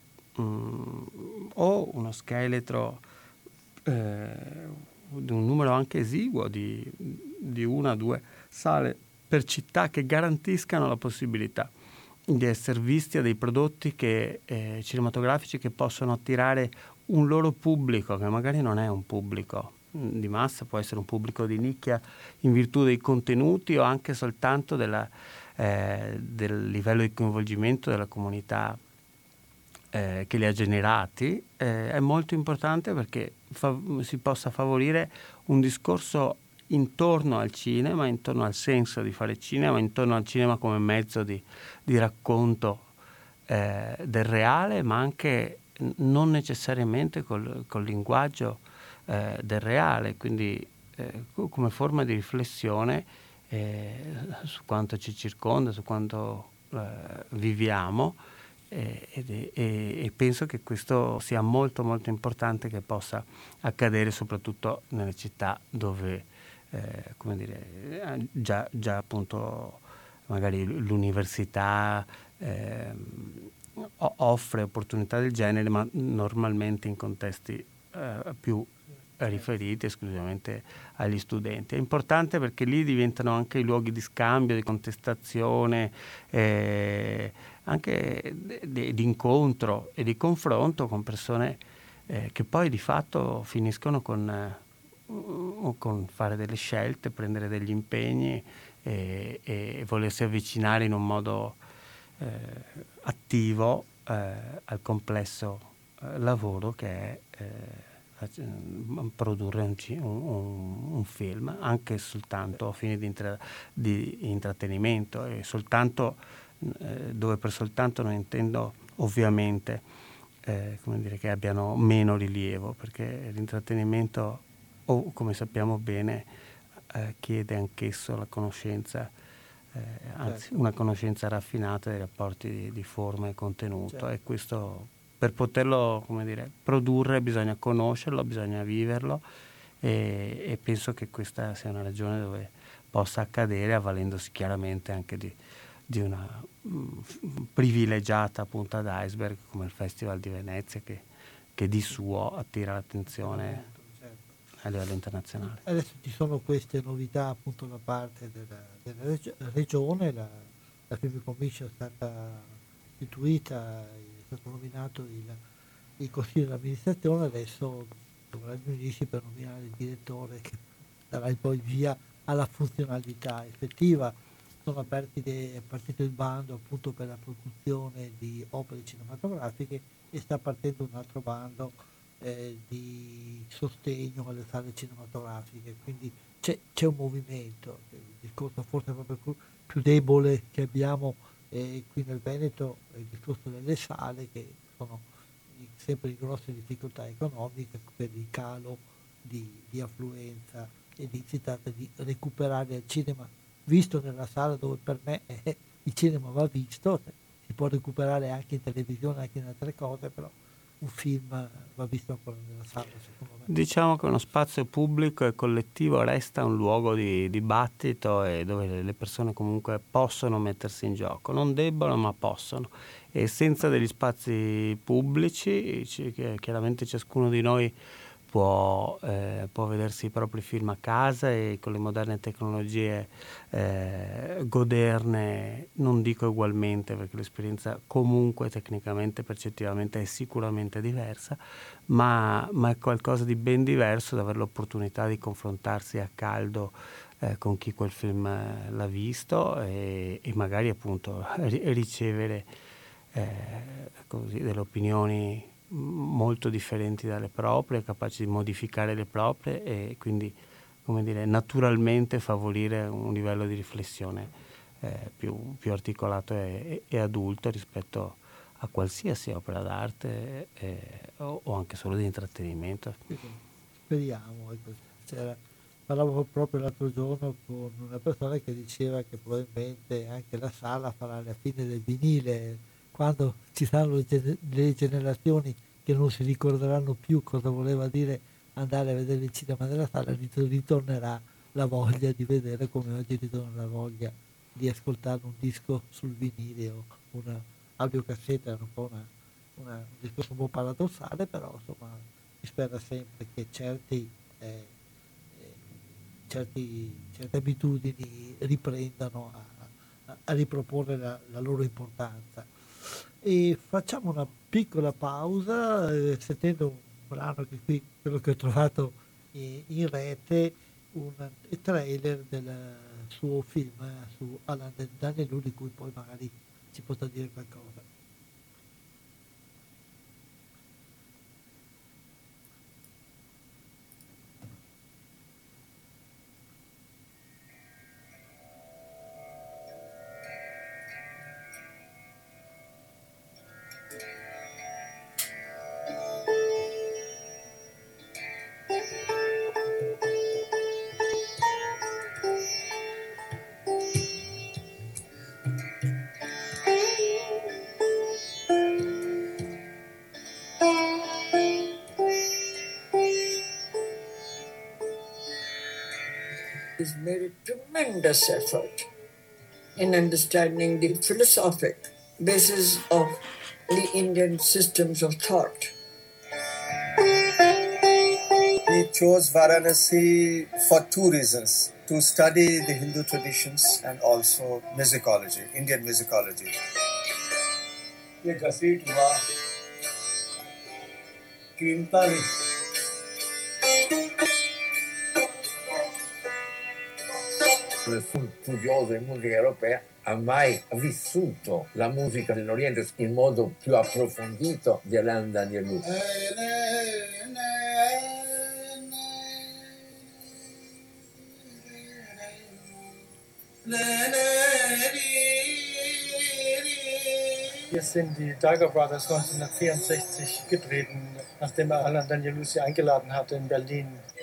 S3: o uno scheletro di un numero anche esiguo di 1 o 2 sale per città che garantiscano la possibilità di essere visti a dei prodotti cinematografici che possono attirare un loro pubblico, che magari non è un pubblico di massa, può essere un pubblico di nicchia in virtù dei contenuti o anche soltanto del livello di coinvolgimento della comunità che li ha generati, è molto importante perché si possa favorire un discorso intorno al cinema, intorno al senso di fare cinema, intorno al cinema come mezzo di racconto del reale, ma anche non necessariamente col linguaggio del reale, quindi come forma di riflessione su quanto ci circonda, su quanto viviamo, e penso che questo sia molto molto importante che possa accadere soprattutto nelle città dove come dire, già appunto magari l'università offre opportunità del genere, ma normalmente in contesti più riferiti esclusivamente agli studenti. È importante perché lì diventano anche i luoghi di scambio, di contestazione, anche di incontro e di confronto con persone che poi di fatto finiscono con fare delle scelte, prendere degli impegni e volersi avvicinare in un modo attivo al complesso lavoro che è produrre un film, anche soltanto a fine di intrattenimento, e soltanto dove per soltanto non intendo ovviamente come dire, che abbiano meno rilievo, perché l'intrattenimento, come sappiamo bene, chiede anch'esso la conoscenza, anzi una conoscenza raffinata dei rapporti di forma e contenuto, e questo per poterlo, come dire, produrre bisogna conoscerlo, bisogna viverlo, e penso che questa sia una ragione dove possa accadere, avvalendosi chiaramente anche di una privilegiata punta d'iceberg come il Festival di Venezia, che di suo attira l'attenzione a livello internazionale.
S2: Adesso ci sono queste novità appunto da parte della regione, la Film Commission è stata istituita, è stato nominato il consiglio di amministrazione, adesso dovranno riunirsi per nominare il direttore che darà poi via alla funzionalità effettiva. Sono è partito il bando appunto per la produzione di opere cinematografiche e sta partendo un altro bando di sostegno alle sale cinematografiche, quindi c'è un movimento. Il discorso forse proprio più debole che abbiamo qui nel Veneto è il discorso delle sale, che sono sempre in grosse difficoltà economiche per il calo di affluenza, e si tratta di recuperare il cinema visto nella sala, dove per me il cinema va visto, si può recuperare anche in televisione, anche in altre cose, però un film va visto ancora nella sala, secondo me.
S3: Diciamo che uno spazio pubblico e collettivo resta un luogo di dibattito, e dove le persone comunque possono mettersi in gioco, non debbono ma possono, e senza degli spazi pubblici chiaramente ciascuno di noi può vedersi i propri film a casa e con le moderne tecnologie goderne, non dico ugualmente perché l'esperienza comunque tecnicamente, percettivamente è sicuramente diversa, ma è qualcosa di ben diverso da avere l'opportunità di confrontarsi a caldo con chi quel film l'ha visto, e magari appunto ricevere così delle opinioni molto differenti dalle proprie, capaci di modificare le proprie, e quindi, come dire, naturalmente favorire un livello di riflessione più articolato e adulto rispetto a qualsiasi opera d'arte o anche solo di intrattenimento.
S2: Speriamo. Parlavo proprio l'altro giorno con una persona che diceva che probabilmente anche la sala farà la fine del vinile, quando ci saranno le generazioni che non si ricorderanno più cosa voleva dire andare a vedere il cinema nella sala, ritornerà la voglia di vedere, come oggi ritorna la voglia di ascoltare un disco sul vinile o una audiocassetta. È un po' un discorso un po' paradossale, però insomma si spera sempre che certe abitudini riprendano a riproporre la loro importanza. E facciamo una piccola pausa sentendo un brano che qui, quello che ho trovato in rete un trailer del suo film su Alain Danielou, di cui poi magari ci potrà dire qualcosa.
S8: He's made a tremendous effort in understanding the philosophic basis of the Indian systems of thought.
S7: He chose Varanasi for two reasons: to study the Hindu traditions and also musicology, Indian musicology. ये घसीट हुआ कीमता
S9: Nessun studioso di musica europea ha mai vissuto la musica dell'Oriente in modo più approfondito di Alain Danielou.
S10: Hier sind die Dagger Brothers 1964 getreten, nachdem Alain Danielou sie eingeladen hatte in Berlin.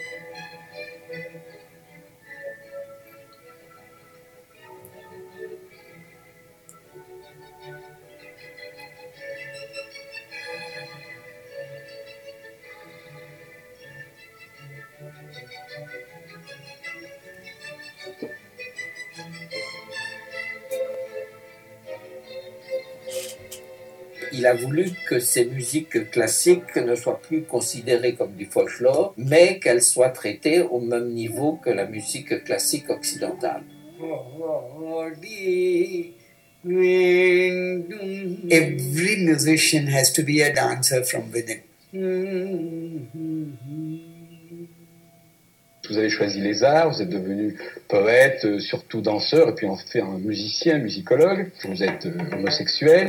S9: Il a voulu que ces musiques classiques ne soient plus considérées comme du folklore, mais qu'elles soient traitées au même niveau que la musique classique occidentale.
S8: Every musician has to be a dancer from within.
S11: Vous avez choisi les arts, vous êtes devenu poète, surtout danseur, et puis en fait un musicien, musicologue. Vous êtes homosexuel.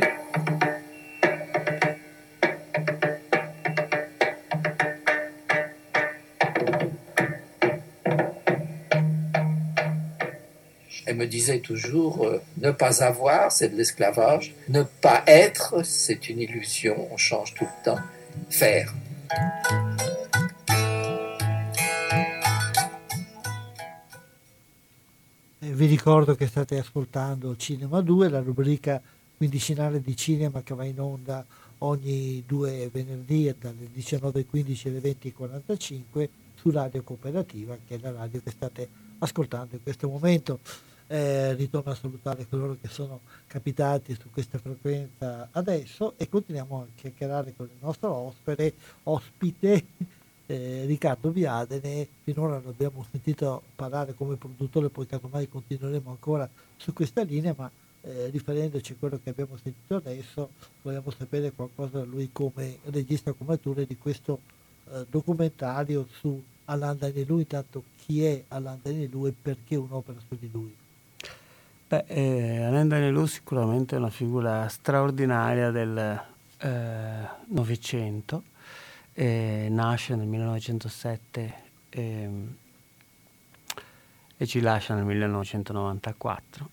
S9: Elle me disait toujours, ne pas avoir, c'est de l'esclavage. Ne pas être, c'est une illusion, on change tout le temps. Faire.
S2: Vi ricordo che state ascoltando Cinema 2, la rubrica quindicinale di cinema che va in onda ogni 2 venerdì dalle 19.15 alle 20.45 su Radio Cooperativa, che è la radio che state ascoltando in questo momento. Ritorno a salutare coloro che sono capitati su questa frequenza adesso e continuiamo a chiacchierare con il nostro ospite Riccardo Viadene. Finora non abbiamo sentito parlare come produttore, poi casomai continueremo ancora su questa linea, ma riferendoci a quello che abbiamo sentito adesso vogliamo sapere qualcosa da lui come regista, come attore di questo documentario su Alain Danielou. Intanto, chi è Alain Danielou e perché un'opera su di lui?
S3: Alain Danielou sicuramente è una figura straordinaria del Novecento. Nasce nel 1907 e ci lascia nel 1994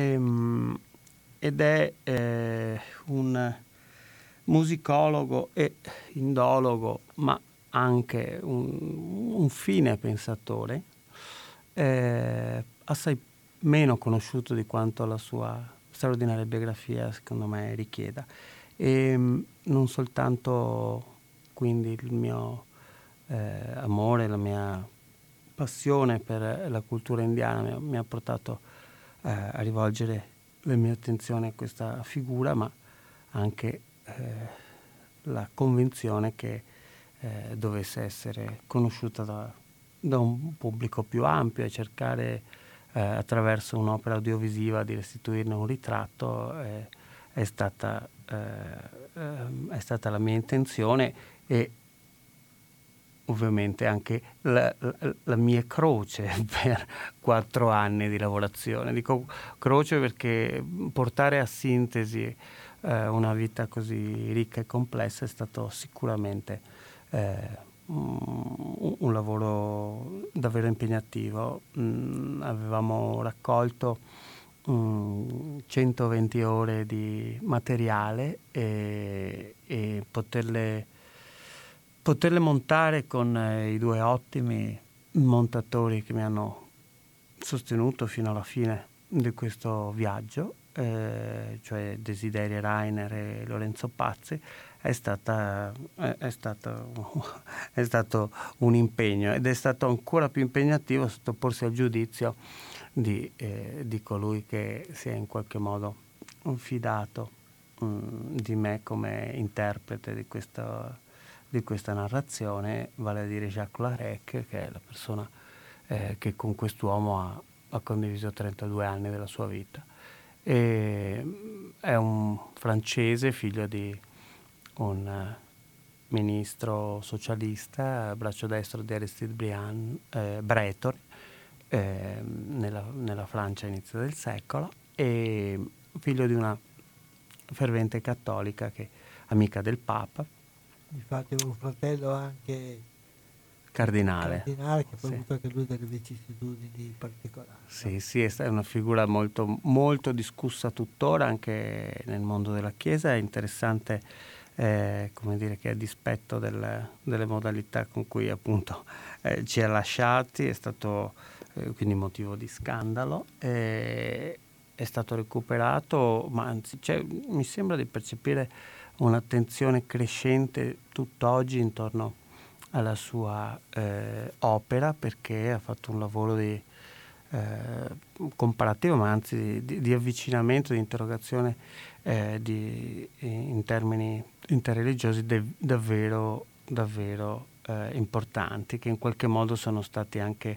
S3: ed è un musicologo e indologo, ma anche un fine pensatore, assai meno conosciuto di quanto la sua straordinaria biografia secondo me richieda, e non soltanto quindi il mio amore, la mia passione per la cultura indiana mi ha portato a rivolgere la mia attenzione a questa figura, ma anche la convinzione che dovesse essere conosciuta da un pubblico più ampio, e cercare attraverso un'opera audiovisiva di restituirne un ritratto è stata la mia intenzione, e ovviamente anche la mia croce per 4 anni di lavorazione. Dico croce perché portare a sintesi una vita così ricca e complessa è stato sicuramente un lavoro davvero impegnativo. Avevamo raccolto 120 ore di materiale e poterle montare con i 2 ottimi montatori che mi hanno sostenuto fino alla fine di questo viaggio, cioè Desiderio Rainer e Lorenzo Pazzi. È stato un impegno, ed è stato ancora più impegnativo sottoporsi al giudizio di colui che si è in qualche modo fidato di me come interprete di questa narrazione, vale a dire Jacques Larec, che è la persona che con quest'uomo ha condiviso 32 anni della sua vita. È un francese, figlio di un ministro socialista, braccio destro di Aristide Breton, nella Francia inizio del secolo, e figlio di una fervente cattolica amica del Papa.
S2: Infatti un fratello anche
S3: cardinale
S2: che ha avuto anche lui delle vicissitudini particolari.
S3: Sì, è una figura molto, molto discussa tuttora anche nel mondo della Chiesa. È interessante come dire che a dispetto delle modalità con cui appunto ci ha lasciati, è stato quindi motivo di scandalo, è stato recuperato, ma anzi mi sembra di percepire un'attenzione crescente tutt'oggi intorno alla sua opera, perché ha fatto un lavoro di comparativo, ma anzi di avvicinamento, di interrogazione in termini interreligiosi davvero importanti, che in qualche modo sono stati anche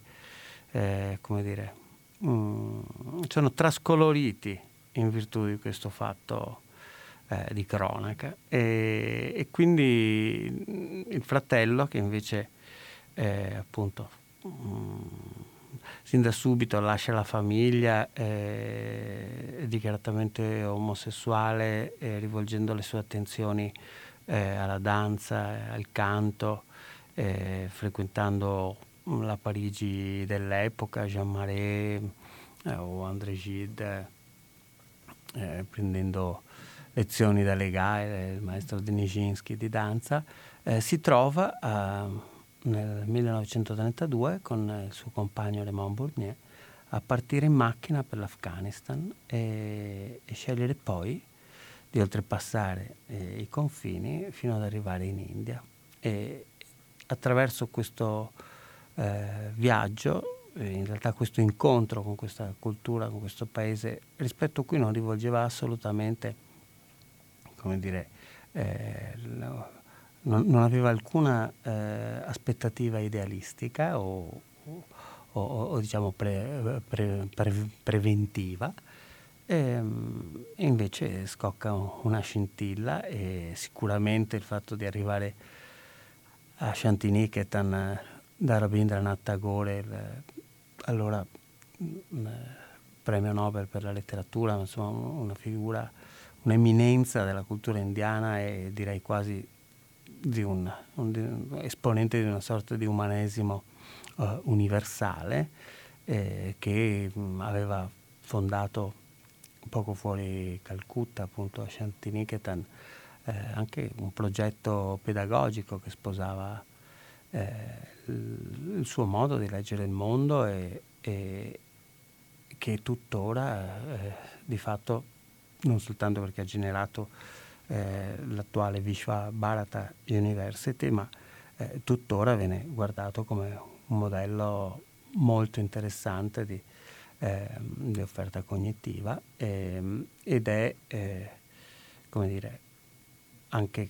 S3: sono trascoloriti in virtù di questo fatto di cronaca, e quindi il fratello, che invece appunto sin da subito lascia la famiglia, è dichiaratamente omosessuale, rivolgendo le sue attenzioni alla danza, al canto, frequentando la Parigi dell'epoca, Jean Marais o André Gide, prendendo lezioni da Legae, il maestro di Nijinsky di danza. Si trova nel 1932 con il suo compagno Raymond Bournier a partire in macchina per l'Afghanistan e scegliere poi di oltrepassare i confini fino ad arrivare in India. E attraverso questo viaggio, in realtà questo incontro con questa cultura, con questo paese, rispetto a cui non rivolgeva assolutamente, non aveva alcuna aspettativa idealistica o diciamo preventiva, e invece scocca una scintilla, e sicuramente il fatto di arrivare a Shantiniketan da Rabindranath Tagore, allora premio Nobel per la letteratura, insomma una figura, un'eminenza della cultura indiana, e direi quasi di un esponente di una sorta di umanesimo universale, che aveva fondato poco fuori Calcutta, appunto a Shantiniketan, anche un progetto pedagogico che sposava il suo modo di leggere il mondo, e che tuttora di fatto, non soltanto perché ha generato l'attuale Vishva Bharata University, ma tuttora viene guardato come un modello molto interessante di offerta cognitiva, ed è come dire anche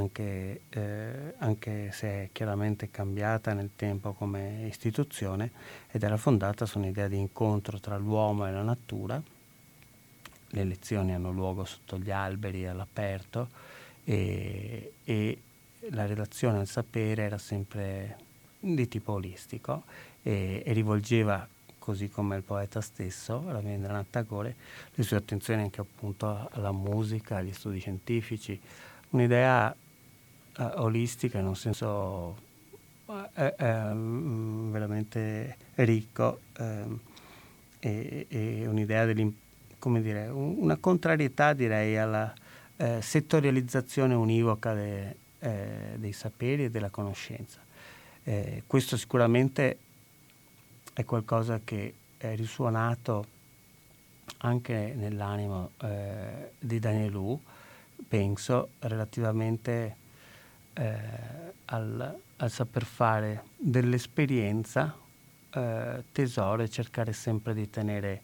S3: se è chiaramente cambiata nel tempo come istituzione, ed era fondata su un'idea di incontro tra l'uomo e la natura. Le lezioni hanno luogo sotto gli alberi all'aperto, e la relazione al sapere era sempre di tipo olistico e rivolgeva, così come il poeta stesso, Rabindranath Tagore, le sue attenzioni anche appunto alla musica, agli studi scientifici, un'idea olistica in un senso veramente ricco, e un'idea come dire, una contrarietà, direi, alla settorializzazione univoca dei saperi e della conoscenza. Questo sicuramente è qualcosa che è risuonato anche nell'animo di Danielou, penso, relativamente al saper fare dell'esperienza tesoro e cercare sempre di tenere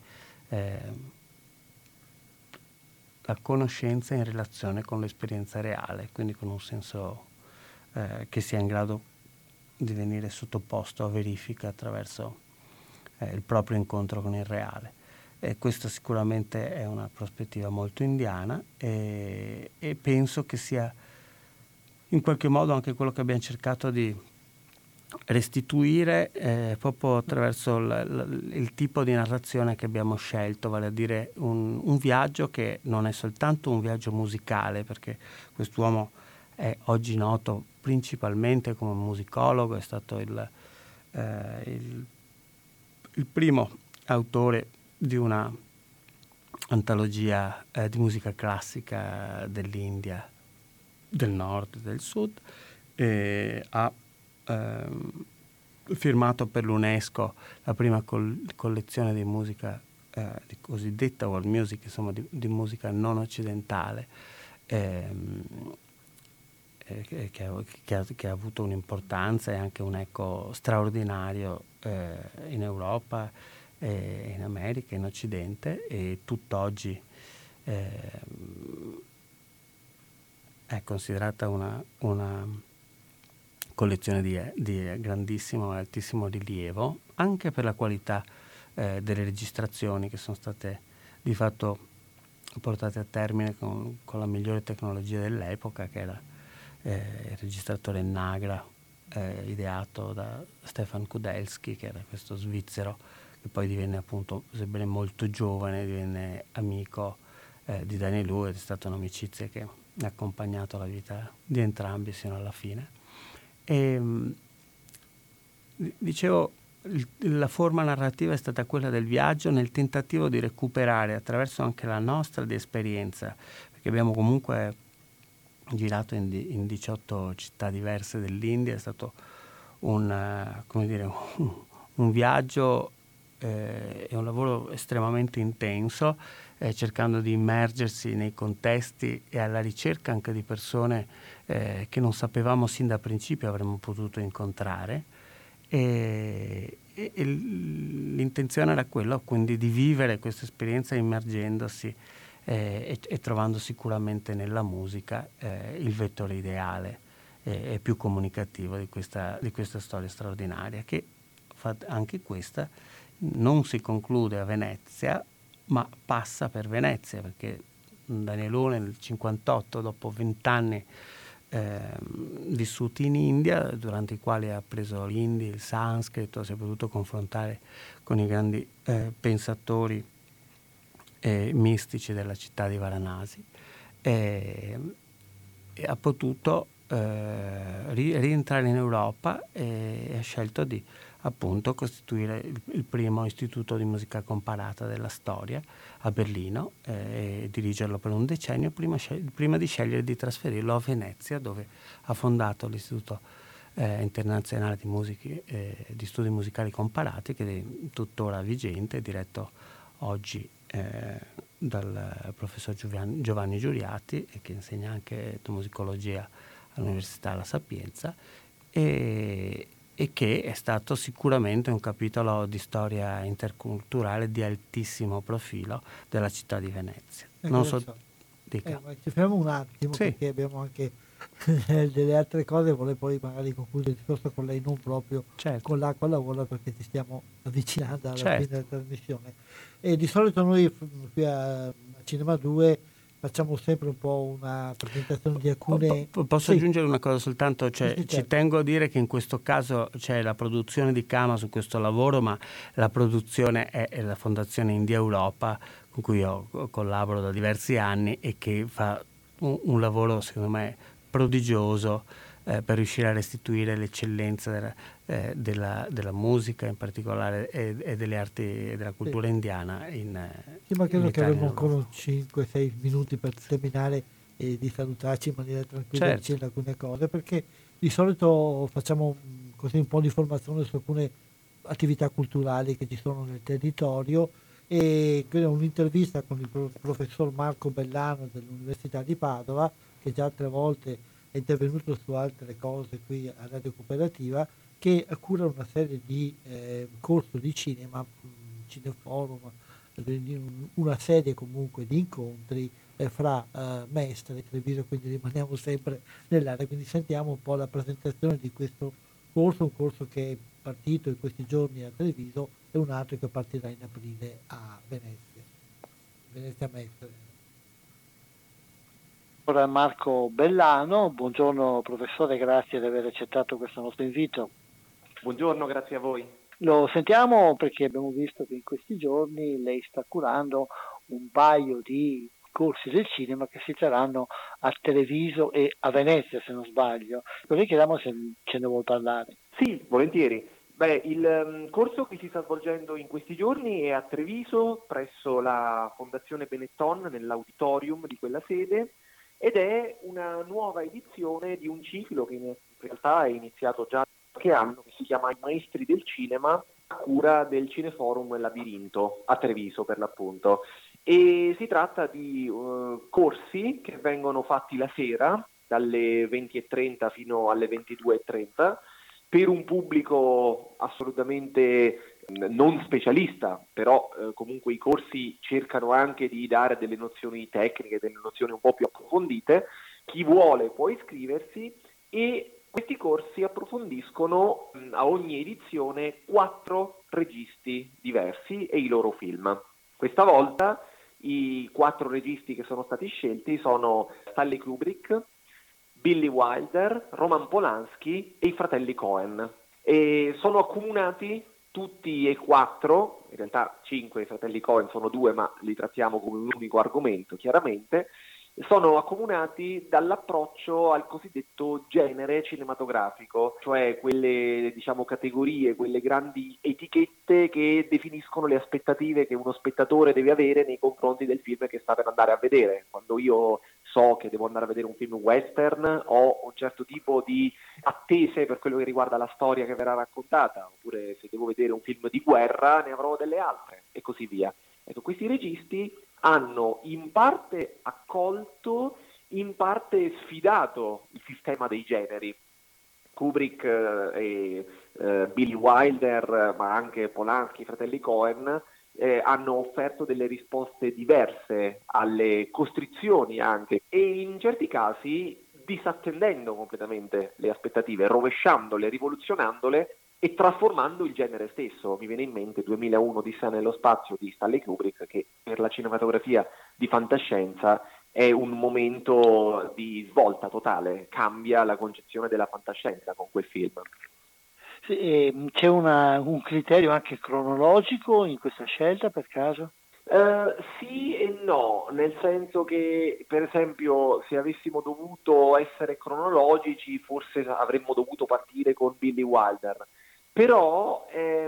S3: la conoscenza in relazione con l'esperienza reale, quindi con un senso che sia in grado di venire sottoposto a verifica attraverso il proprio incontro con il reale. Questa sicuramente è una prospettiva molto indiana e penso che sia in qualche modo anche quello che abbiamo cercato di restituire proprio attraverso il tipo di narrazione che abbiamo scelto, vale a dire un viaggio che non è soltanto un viaggio musicale, perché quest'uomo è oggi noto principalmente come musicologo, è stato il primo autore di una antologia di musica classica dell'India, del nord e del sud, ha firmato per l'UNESCO la prima collezione di musica di cosiddetta world music, insomma di musica non occidentale, che ha avuto un'importanza e anche un eco straordinario in Europa, in America, in Occidente, e tutt'oggi è considerata una collezione di grandissimo e altissimo rilievo, anche per la qualità delle registrazioni che sono state di fatto portate a termine con la migliore tecnologia dell'epoca, che era il registratore Nagra, ideato da Stefan Kudelski, che era questo svizzero che poi divenne, appunto, sebbene molto giovane, divenne amico di Danielou, ed è stata un'amicizia che ha accompagnato la vita di entrambi sino alla fine. E dicevo, la forma narrativa è stata quella del viaggio, nel tentativo di recuperare attraverso anche la nostra di esperienza, perché abbiamo comunque girato in 18 città diverse dell'India. È stato un viaggio e un lavoro estremamente intenso, cercando di immergersi nei contesti e alla ricerca anche di persone che non sapevamo sin da principio avremmo potuto incontrare, e l'intenzione era quella quindi di vivere questa esperienza immergendosi e trovando sicuramente nella musica il vettore ideale e più comunicativo di questa storia straordinaria, che anche questa non si conclude a Venezia, ma passa per Venezia, perché Danielou nel 1958, dopo 20 anni vissuti in India, durante i quali ha preso l'Indi, il sanscrito, si è potuto confrontare con i grandi pensatori mistici della città di Varanasi, e ha potuto rientrare in Europa e ha scelto di, appunto, costituire il primo istituto di musica comparata della storia a Berlino e dirigerlo per un decennio prima di scegliere di trasferirlo a Venezia, dove ha fondato l'Istituto Internazionale di Studi Musicali Comparati, che è tuttora vigente, diretto oggi dal professor Giovanni Giuriati, che insegna anche etnomusicologia all'Università La Sapienza, e che è stato sicuramente un capitolo di storia interculturale di altissimo profilo della città di Venezia. Non so, dica.
S2: Ci fermiamo un attimo, sì, perché abbiamo anche delle altre cose. Vorrei poi magari concludere il discorso con lei, non proprio con l'acqua alla gola, perché ci stiamo avvicinando alla fine della trasmissione. E di solito noi qui a Cinema 2 facciamo sempre un po' una presentazione di alcune...
S3: Posso
S2: Sì.
S3: aggiungere una cosa soltanto? Cioè,
S2: Sì, certo.
S3: Ci tengo a dire che in questo caso c'è la produzione di Kama su questo lavoro, ma la produzione è la Fondazione India Europa, con cui io collaboro da diversi anni e che fa un lavoro secondo me prodigioso per riuscire a restituire l'eccellenza della musica in particolare e delle arti e della cultura indiana
S2: Sì, ma credo
S3: in
S2: che
S3: Italia.
S2: avremo ancora 5-6 minuti per terminare e di salutarci in maniera tranquilla,
S3: Certo.
S2: dicendo alcune cose, perché di solito facciamo così un po' di informazione su alcune attività culturali che ci sono nel territorio, e credo un'intervista con il professor Marco Bellano dell'Università di Padova, che già altre volte è intervenuto su altre cose qui a Radio Cooperativa, che cura una serie di corso di cinema, cineforum, una serie comunque di incontri fra Mestre e Treviso, quindi rimaniamo sempre nell'area. Quindi sentiamo un po' la presentazione di questo corso, un corso che è partito in questi giorni a Treviso e un altro che partirà in aprile a Venezia Mestre.
S12: Ora Marco Bellano, buongiorno professore, grazie di aver accettato questo nostro invito.
S13: Buongiorno, grazie a voi.
S12: Lo sentiamo perché abbiamo visto che in questi giorni lei sta curando un paio di corsi del cinema che si terranno a Treviso e a Venezia, se non sbaglio. Così chiediamo se ce ne vuol parlare.
S13: Sì, volentieri. Il corso che si sta svolgendo in questi giorni è a Treviso, presso la Fondazione Benetton, nell'auditorium di quella sede, ed è una nuova edizione di un ciclo che in realtà è iniziato già qualche anno, che si chiama I Maestri del Cinema, a cura del Cineforum Labirinto, a Treviso per l'appunto. E si tratta di corsi che vengono fatti la sera, dalle 20:30 fino alle 22:30, per un pubblico assolutamente non specialista, però comunque i corsi cercano anche di dare delle nozioni tecniche, delle nozioni un po' più approfondite. Chi vuole può iscriversi, e questi corsi approfondiscono a ogni edizione 4 registi diversi e i loro film. Questa volta i 4 registi che sono stati scelti sono Stanley Kubrick, Billy Wilder, Roman Polanski e i fratelli Coen. E sono accomunati tutti e 4, in realtà 5, i fratelli Coen sono 2, ma li trattiamo come un unico argomento, chiaramente, sono accomunati dall'approccio al cosiddetto genere cinematografico, cioè quelle, diciamo, categorie, quelle grandi etichette che definiscono le aspettative che uno spettatore deve avere nei confronti del film che sta per andare a vedere. Quando io so che devo andare a vedere un film western, ho un certo tipo di attese per quello che riguarda la storia che verrà raccontata, oppure se devo vedere un film di guerra ne avrò delle altre, e così via. Ecco, questi registi hanno in parte accolto, in parte sfidato il sistema dei generi. Kubrick e Billy Wilder, ma anche Polanski, i fratelli Coen, hanno offerto delle risposte diverse alle costrizioni anche, e in certi casi disattendendo completamente le aspettative, rovesciandole, rivoluzionandole e trasformando il genere stesso. Mi viene in mente 2001 Odissea nello spazio di Stanley Kubrick, che per la cinematografia di fantascienza è un momento di svolta totale, cambia la concezione della fantascienza con quel film.
S12: Sì, c'è un criterio anche cronologico in questa scelta per caso?
S13: Sì e no, nel senso che per esempio se avessimo dovuto essere cronologici forse avremmo dovuto partire con Billy Wilder, però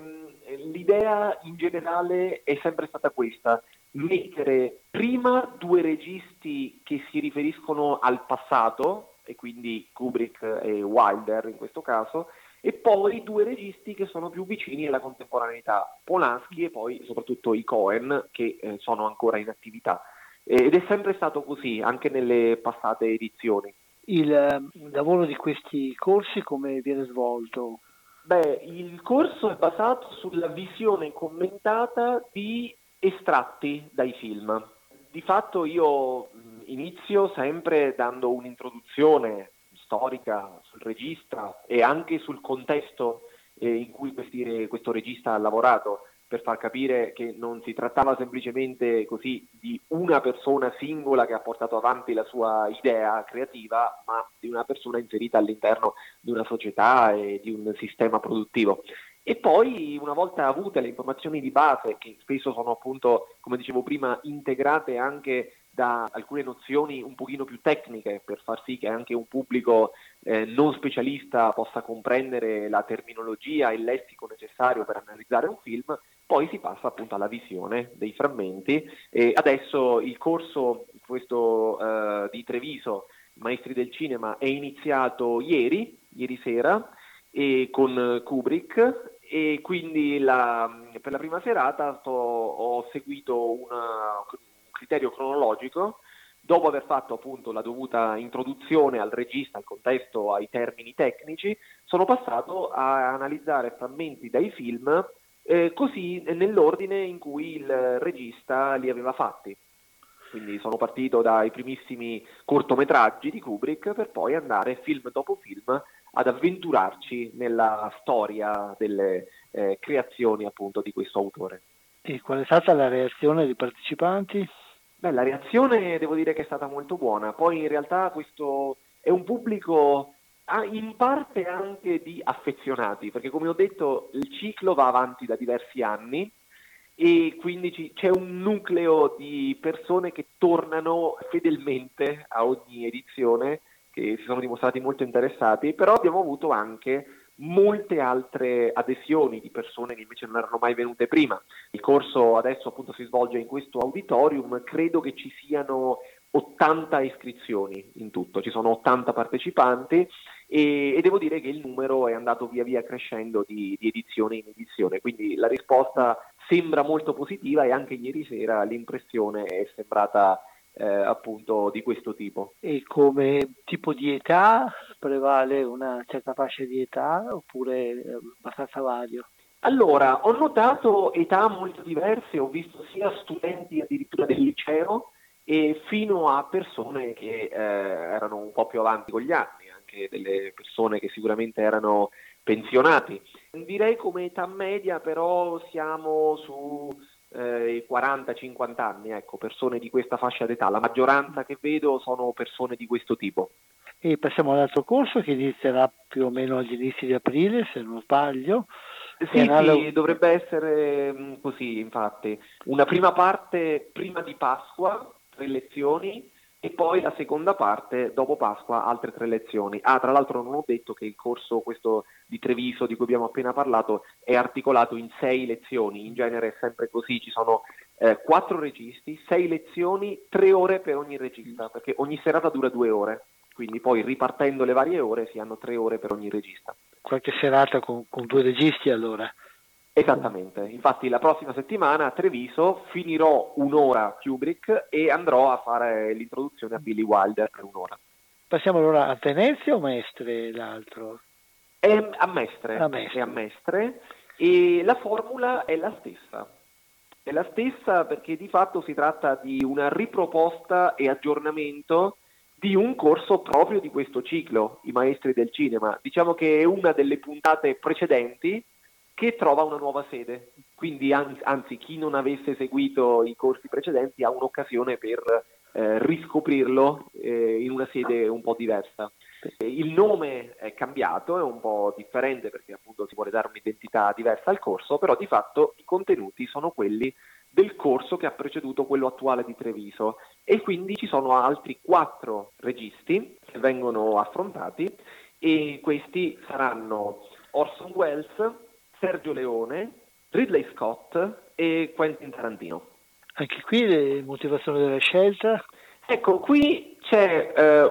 S13: l'idea in generale è sempre stata questa: mettere prima 2 registi che si riferiscono al passato, e quindi Kubrick e Wilder in questo caso, e poi 2 registi che sono più vicini alla contemporaneità, Polanski e poi soprattutto i Coen, che sono ancora in attività. Ed è sempre stato così anche nelle passate edizioni.
S12: Il lavoro di questi corsi come viene svolto?
S13: Il corso è basato sulla visione commentata di estratti dai film. Di fatto io inizio sempre dando un'introduzione storica sul regista e anche sul contesto in cui questo regista ha lavorato, per far capire che non si trattava semplicemente così di una persona singola che ha portato avanti la sua idea creativa, ma di una persona inserita all'interno di una società e di un sistema produttivo. E poi, una volta avute le informazioni di base, che spesso sono appunto, come dicevo prima, integrate anche da alcune nozioni un pochino più tecniche, per far sì che anche un pubblico non specialista possa comprendere la terminologia e il lessico necessario per analizzare un film, poi si passa appunto alla visione dei frammenti. E adesso il corso questo di Treviso, Maestri del Cinema, è iniziato ieri sera, e con Kubrick, e quindi per la prima serata ho seguito un criterio cronologico. Dopo aver fatto appunto la dovuta introduzione al regista, al contesto, ai termini tecnici, sono passato a analizzare frammenti dai film così nell'ordine in cui il regista li aveva fatti. Quindi sono partito dai primissimi cortometraggi di Kubrick per poi andare film dopo film ad avventurarci nella storia delle creazioni appunto di questo autore.
S12: E qual è stata la reazione dei partecipanti?
S13: Beh, la reazione devo dire che è stata molto buona. Poi in realtà questo è un pubblico in parte anche di affezionati, perché come ho detto il ciclo va avanti da diversi anni e quindi c'è un nucleo di persone che tornano fedelmente a ogni edizione, che si sono dimostrati molto interessati, però abbiamo avuto anche molte altre adesioni di persone che invece non erano mai venute prima. Il corso adesso appunto si svolge in questo auditorium, credo che ci siano 80 iscrizioni in tutto, ci sono 80 partecipanti e devo dire che il numero è andato via via crescendo di edizione in edizione, quindi la risposta sembra molto positiva e anche ieri sera l'impressione è sembrata appunto di questo tipo.
S12: E come tipo di età prevale una certa fascia di età oppure abbastanza vario?
S13: Allora, ho notato età molto diverse, ho visto sia studenti addirittura del liceo e fino a persone che erano un po' più avanti con gli anni, anche delle persone che sicuramente erano pensionati. Direi come età media però siamo su i 40-50 anni, ecco, persone di questa fascia d'età. La maggioranza che vedo sono persone di questo tipo.
S12: E passiamo all'altro corso che inizierà più o meno agli inizi di aprile, se non sbaglio.
S13: Sì, dovrebbe essere così, infatti. Una prima parte prima di Pasqua, 3 lezioni, e poi la seconda parte dopo Pasqua, altre 3 lezioni. Tra l'altro non ho detto che il corso questo di Treviso di cui abbiamo appena parlato è articolato in 6 lezioni, in genere è sempre così, ci sono 4 registi, 6 lezioni, 3 ore per ogni regista, perché ogni serata dura 2 ore, quindi poi ripartendo le varie ore si hanno 3 ore per ogni regista.
S12: Qualche serata con 2 registi allora?
S13: Esattamente, infatti la prossima settimana a Treviso finirò un'ora Kubrick e andrò a fare l'introduzione a Billy Wilder per un'ora.
S12: Passiamo allora a Venezia o Mestre l'altro?
S13: È a Mestre. È a Mestre e la formula è la stessa. È la stessa perché di fatto si tratta di una riproposta e aggiornamento di un corso proprio di questo ciclo, i Maestri del Cinema. Diciamo che è una delle puntate precedenti che trova una nuova sede, quindi anzi chi non avesse seguito i corsi precedenti ha un'occasione per riscoprirlo in una sede un po' diversa. Il nome è cambiato, è un po' differente perché appunto si vuole dare un'identità diversa al corso, però di fatto i contenuti sono quelli del corso che ha preceduto quello attuale di Treviso e quindi ci sono altri 4 registi che vengono affrontati e questi saranno Orson Welles, Sergio Leone, Ridley Scott e Quentin Tarantino.
S12: Anche qui le motivazioni della scelta?
S13: Ecco, qui c'è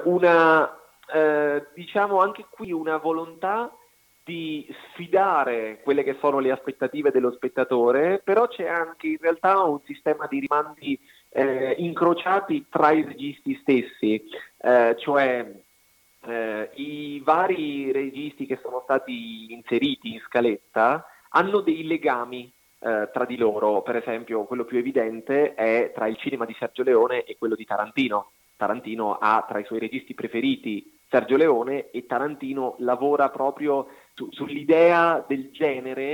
S13: diciamo anche qui una volontà di sfidare quelle che sono le aspettative dello spettatore, però c'è anche in realtà un sistema di rimandi incrociati tra i registi stessi, cioè i vari registi che sono stati inseriti in scaletta hanno dei legami tra di loro. Per esempio quello più evidente è tra il cinema di Sergio Leone e quello di Tarantino. Tarantino ha tra i suoi registi preferiti Sergio Leone e Tarantino lavora proprio sull'idea del genere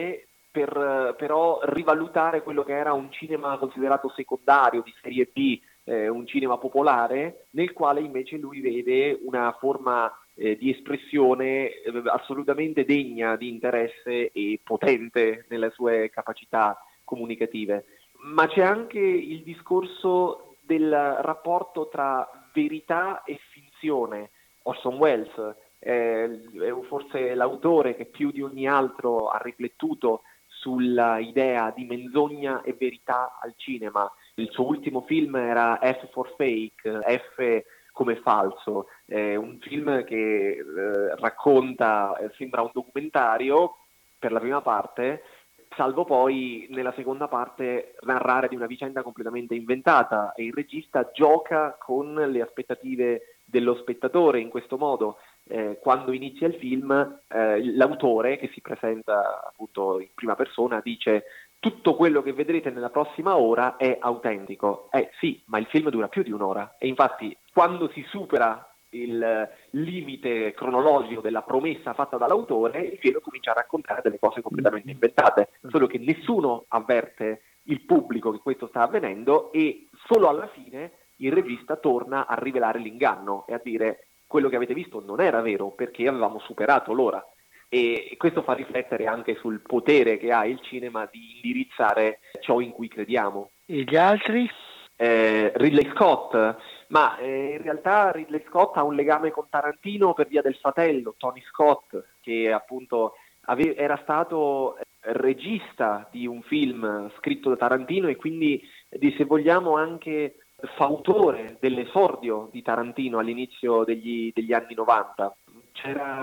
S13: per però rivalutare quello che era un cinema considerato secondario, di serie B, un cinema popolare, nel quale invece lui vede una forma di espressione assolutamente degna di interesse e potente nelle sue capacità comunicative. Ma c'è anche il discorso del rapporto tra verità e finzione. Orson Welles è forse l'autore che più di ogni altro ha riflettuto sulla idea di menzogna e verità al cinema. Il suo ultimo film era F for Fake, F come falso, è un film che racconta, sembra un documentario per la prima parte, salvo poi nella seconda parte narrare di una vicenda completamente inventata, e il regista gioca con le aspettative dello spettatore in questo modo. Quando inizia il film, l'autore, che si presenta appunto in prima persona, dice: tutto quello che vedrete nella prossima ora è autentico. Sì, ma il film dura più di un'ora, e infatti quando si supera il limite cronologico della promessa fatta dall'autore, il film comincia a raccontare delle cose completamente inventate, solo che nessuno avverte il pubblico che questo sta avvenendo, e solo alla fine il regista torna a rivelare l'inganno e a dire: quello che avete visto non era vero, perché avevamo superato l'ora. E questo fa riflettere anche sul potere che ha il cinema di indirizzare ciò in cui crediamo.
S12: E gli altri?
S13: Ridley Scott, ma in realtà Ridley Scott ha un legame con Tarantino per via del fratello Tony Scott, che appunto era stato regista di un film scritto da Tarantino, e quindi, se vogliamo, anche fautore dell'esordio di Tarantino all'inizio degli anni 90. C'era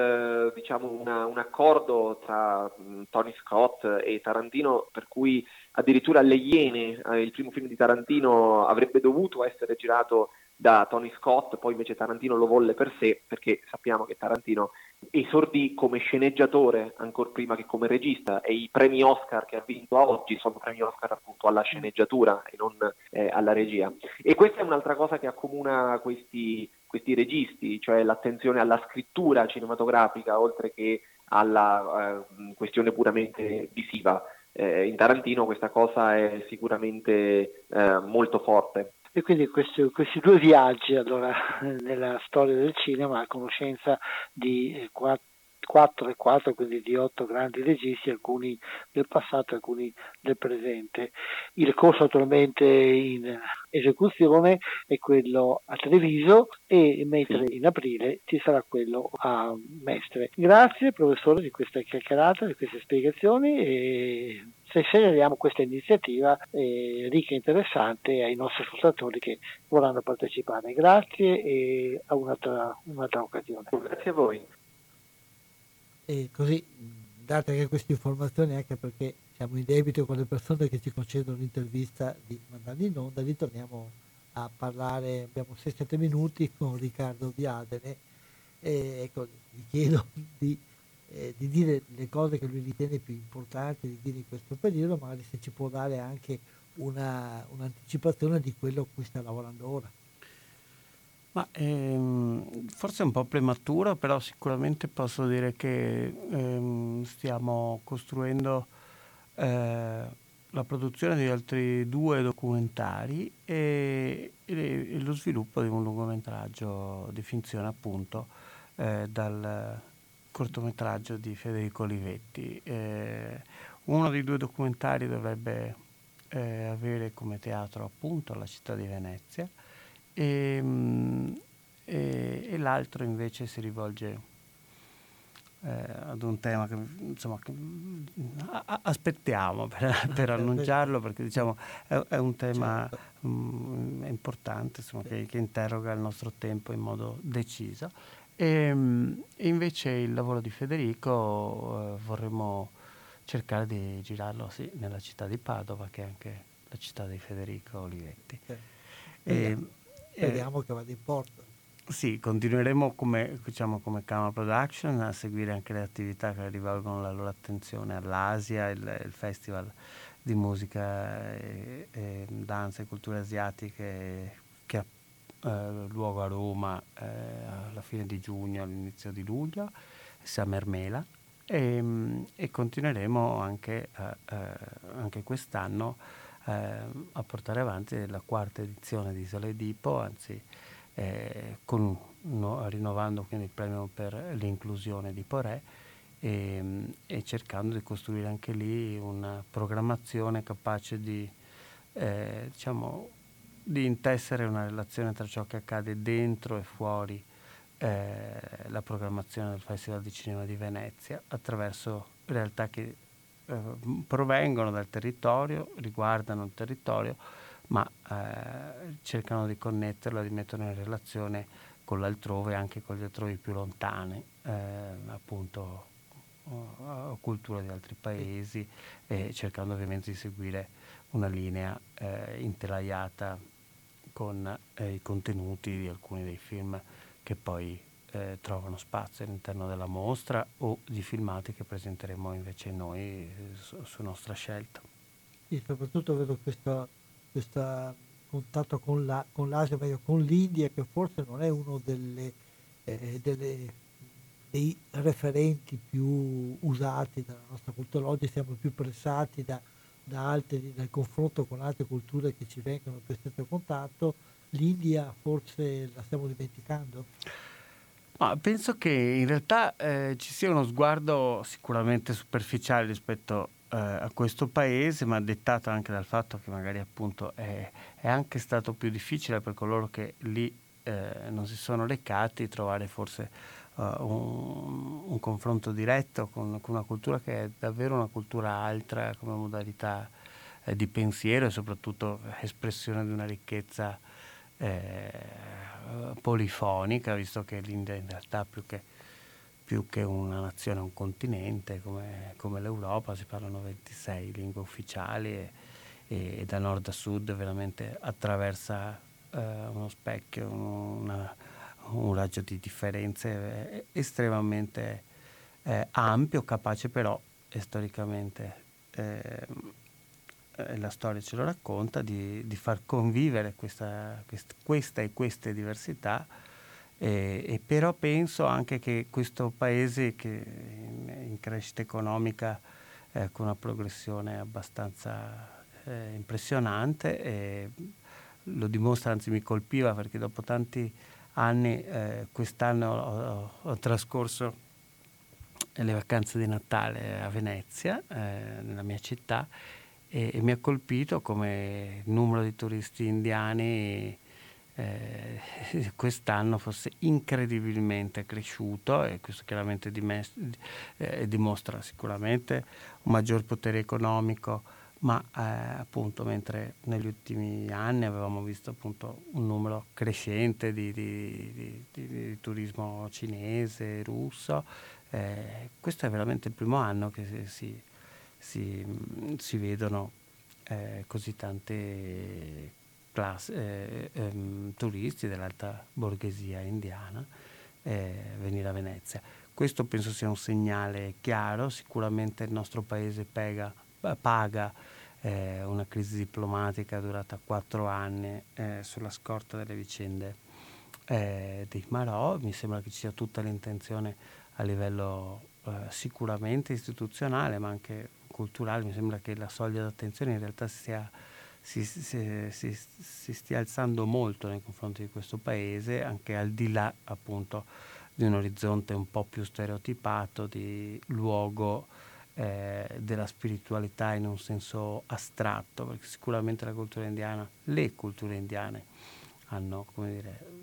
S13: un accordo tra Tony Scott e Tarantino per cui addirittura Le Iene, il primo film di Tarantino, avrebbe dovuto essere girato da Tony Scott, poi invece Tarantino lo volle per sé, perché sappiamo che Tarantino esordì come sceneggiatore ancor prima che come regista, e i premi Oscar che ha vinto a oggi sono premi Oscar appunto alla sceneggiatura e non alla regia. E questa è un'altra cosa che accomuna questi registi, cioè l'attenzione alla scrittura cinematografica oltre che alla questione puramente visiva. In Tarantino questa cosa è sicuramente molto forte.
S12: E quindi questi due viaggi allora nella storia del cinema, a conoscenza di 4 e 4, quindi di 8 grandi registi, alcuni del passato e alcuni del presente. Il corso attualmente in esecuzione è quello a Treviso, e mentre in aprile ci sarà quello a Mestre. Grazie professore di questa chiacchierata, di queste spiegazioni, e se segnaliamo questa iniziativa ricca e interessante ai nostri ascoltatori che vorranno partecipare. Grazie e a un'altra occasione.
S13: Grazie a voi.
S2: E così, date anche queste informazioni, anche perché siamo in debito con le persone che ci concedono l'intervista di mandarli in onda, ritorniamo a parlare, abbiamo 6-7 minuti con Riccardo Biadene, e ecco, gli chiedo di dire le cose che lui ritiene più importanti di dire in questo periodo, magari se ci può dare anche un'anticipazione di quello a cui sta lavorando ora.
S3: Ma forse è un po' prematuro, però sicuramente posso dire che stiamo costruendo la produzione di altri 2 documentari e lo sviluppo di un lungometraggio di finzione, appunto, dal cortometraggio di Federico Olivetti. Uno dei 2 documentari dovrebbe avere come teatro appunto la città di Venezia, e l'altro invece si rivolge ad un tema che insomma aspettiamo per annunciarlo, perché diciamo è un tema importante, insomma, che interroga il nostro tempo in modo deciso, e invece il lavoro di Federico vorremmo cercare di girarlo nella città di Padova, che è anche la città di Federico Olivetti.
S2: Speriamo che vada in porto.
S3: Sì, continueremo come Camera Production a seguire anche le attività che rivolgono la loro attenzione all'Asia, il Festival di musica e danza e culture asiatiche che ha luogo a Roma alla fine di giugno, all'inizio di luglio, Summer Mela, e continueremo anche quest'anno a portare avanti la quarta edizione di Isole Edipo, anzi rinnovando quindi il premio per l'inclusione di Poré e cercando di costruire anche lì una programmazione capace di di intessere una relazione tra ciò che accade dentro e fuori la programmazione del Festival di Cinema di Venezia attraverso realtà che provengono dal territorio, riguardano il territorio, ma cercano di connetterlo, di metterlo in relazione con l'altrove, anche con gli altrove più lontani, appunto cultura di altri paesi, cercando ovviamente di seguire una linea intelaiata con i contenuti di alcuni dei film che poi trovano spazio all'interno della mostra o di filmati che presenteremo invece noi su nostra scelta.
S2: Sì, soprattutto vedo questo contatto con l'Asia, meglio con l'India, che forse non è uno dei referenti più usati dalla nostra cultura. Oggi siamo più pressati dal confronto con altre culture che ci vengono più stretto contatto. L'India forse la stiamo dimenticando?
S3: Ma penso che in realtà ci sia uno sguardo sicuramente superficiale rispetto a questo paese, ma dettato anche dal fatto che magari appunto è anche stato più difficile per coloro che lì non si sono recati trovare forse un confronto diretto con una cultura che è davvero una cultura altra come modalità di pensiero e soprattutto espressione di una ricchezza polifonica, visto che l'India in realtà più che una nazione è un continente come l'Europa, si parlano 26 lingue ufficiali e da nord a sud veramente attraversa uno specchio, un raggio di differenze estremamente ampio, capace però storicamente la storia ce lo racconta, di far convivere questa e queste diversità, e però penso anche che questo paese che in crescita economica con una progressione abbastanza impressionante, lo dimostra, anzi mi colpiva perché dopo tanti anni quest'anno ho trascorso le vacanze di Natale a Venezia, nella mia città, e mi ha colpito come il numero di turisti indiani quest'anno fosse incredibilmente cresciuto, e questo chiaramente dimostra sicuramente un maggior potere economico, ma appunto mentre negli ultimi anni avevamo visto appunto un numero crescente di turismo cinese, russo, questo è veramente il primo anno che si vedono così tante turisti dell'alta borghesia indiana venire a Venezia. Questo penso sia un segnale chiaro. Sicuramente il nostro paese paga una crisi diplomatica durata 4 anni sulla scorta delle vicende dei Marò. Mi sembra che ci sia tutta l'intenzione a livello sicuramente istituzionale, ma anche culturale. Mi sembra che la soglia d'attenzione in realtà si stia alzando molto nei confronti di questo paese, anche al di là appunto di un orizzonte un po' più stereotipato di luogo della spiritualità in un senso astratto, perché sicuramente la cultura indiana, le culture indiane hanno, come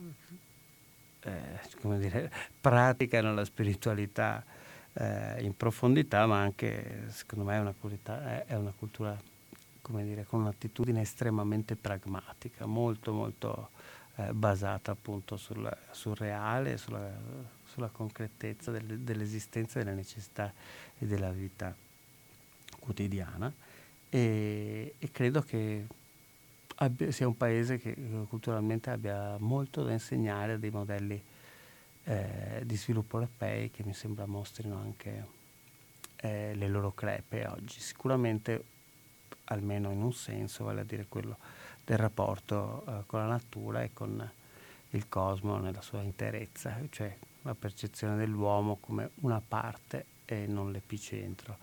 S3: dire, praticano la spiritualità in profondità, ma anche secondo me è una cultura, come dire, con un'attitudine estremamente pragmatica, molto molto basata appunto sul reale, sulla concretezza dell'esistenza, delle necessità e della vita quotidiana, e credo che sia un paese che culturalmente abbia molto da insegnare a dei modelli di sviluppo europei che mi sembra mostrino anche le loro crepe oggi, sicuramente almeno in un senso, vale a dire quello del rapporto con la natura e con il cosmo nella sua interezza, cioè la percezione dell'uomo come una parte e non l'epicentro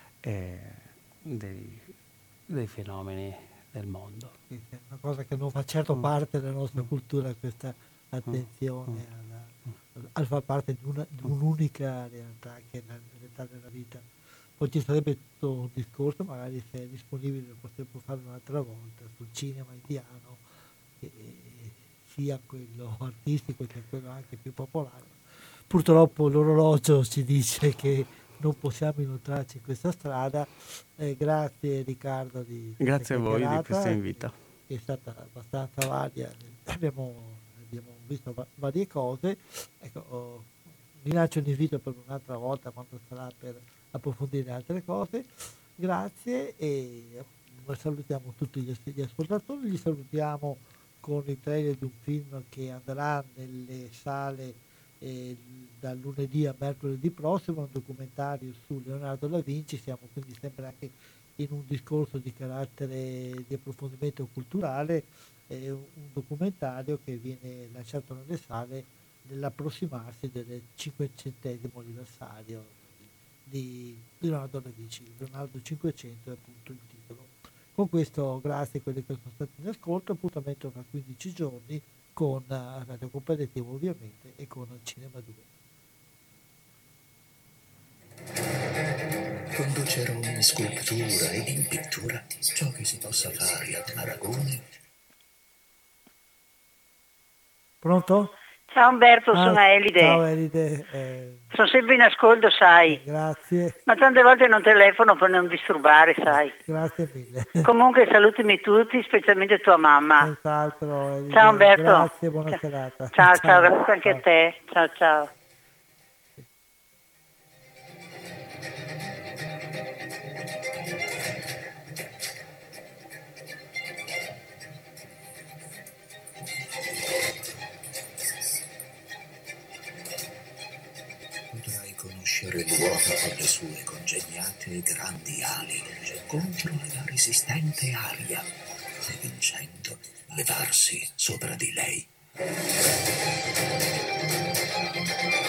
S3: dei fenomeni del mondo.
S2: Sì, è una cosa che non fa certo parte della nostra cultura, questa attenzione al far parte di un'unica realtà che è la realtà della vita. Poi ci sarebbe tutto un discorso, magari se è disponibile lo potremmo fare un'altra volta, sul cinema indiano, che sia quello artistico che quello anche più popolare. Purtroppo l'orologio ci dice che non possiamo inoltrarci in questa strada. Grazie Riccardo di
S3: grazie a voi di questo invito,
S2: che è stata abbastanza varia, abbiamo visto varie cose. Ecco, vi lancio un invito per un'altra volta quando sarà per approfondire altre cose. Grazie e salutiamo tutti gli ascoltatori, li salutiamo con il trailer di un film che andrà nelle sale dal lunedì a mercoledì prossimo, un documentario su Leonardo da Vinci. Siamo quindi sempre anche in un discorso di carattere di approfondimento culturale, un documentario che viene lanciato nelle sale nell'approssimarsi del 500° anniversario di Leonardo da Vinci. Leonardo 500 è appunto il titolo. Con questo grazie a quelli che sono stati in ascolto, appuntamento tra 15 giorni con Radio Cooperativa ovviamente e con Cinema 2.
S14: Conducerò in scultura ed in pittura ciò che si possa fare ad Aragone.
S2: Pronto?
S15: Ciao Umberto, sono Elide.
S2: Ciao Elide.
S15: Sono sempre in ascolto, sai.
S2: Grazie.
S15: Ma tante volte non telefono per non disturbare, sai.
S2: Grazie mille.
S15: Comunque salutami tutti, specialmente tua mamma.
S2: Senz'altro, Elide.
S15: Ciao Umberto.
S2: Grazie, buona serata.
S15: Ciao, grazie anche a te. Ciao.
S14: L'uomo con le sue congegnate e grandi ali contro la resistente aria e vincendo levarsi sopra di lei.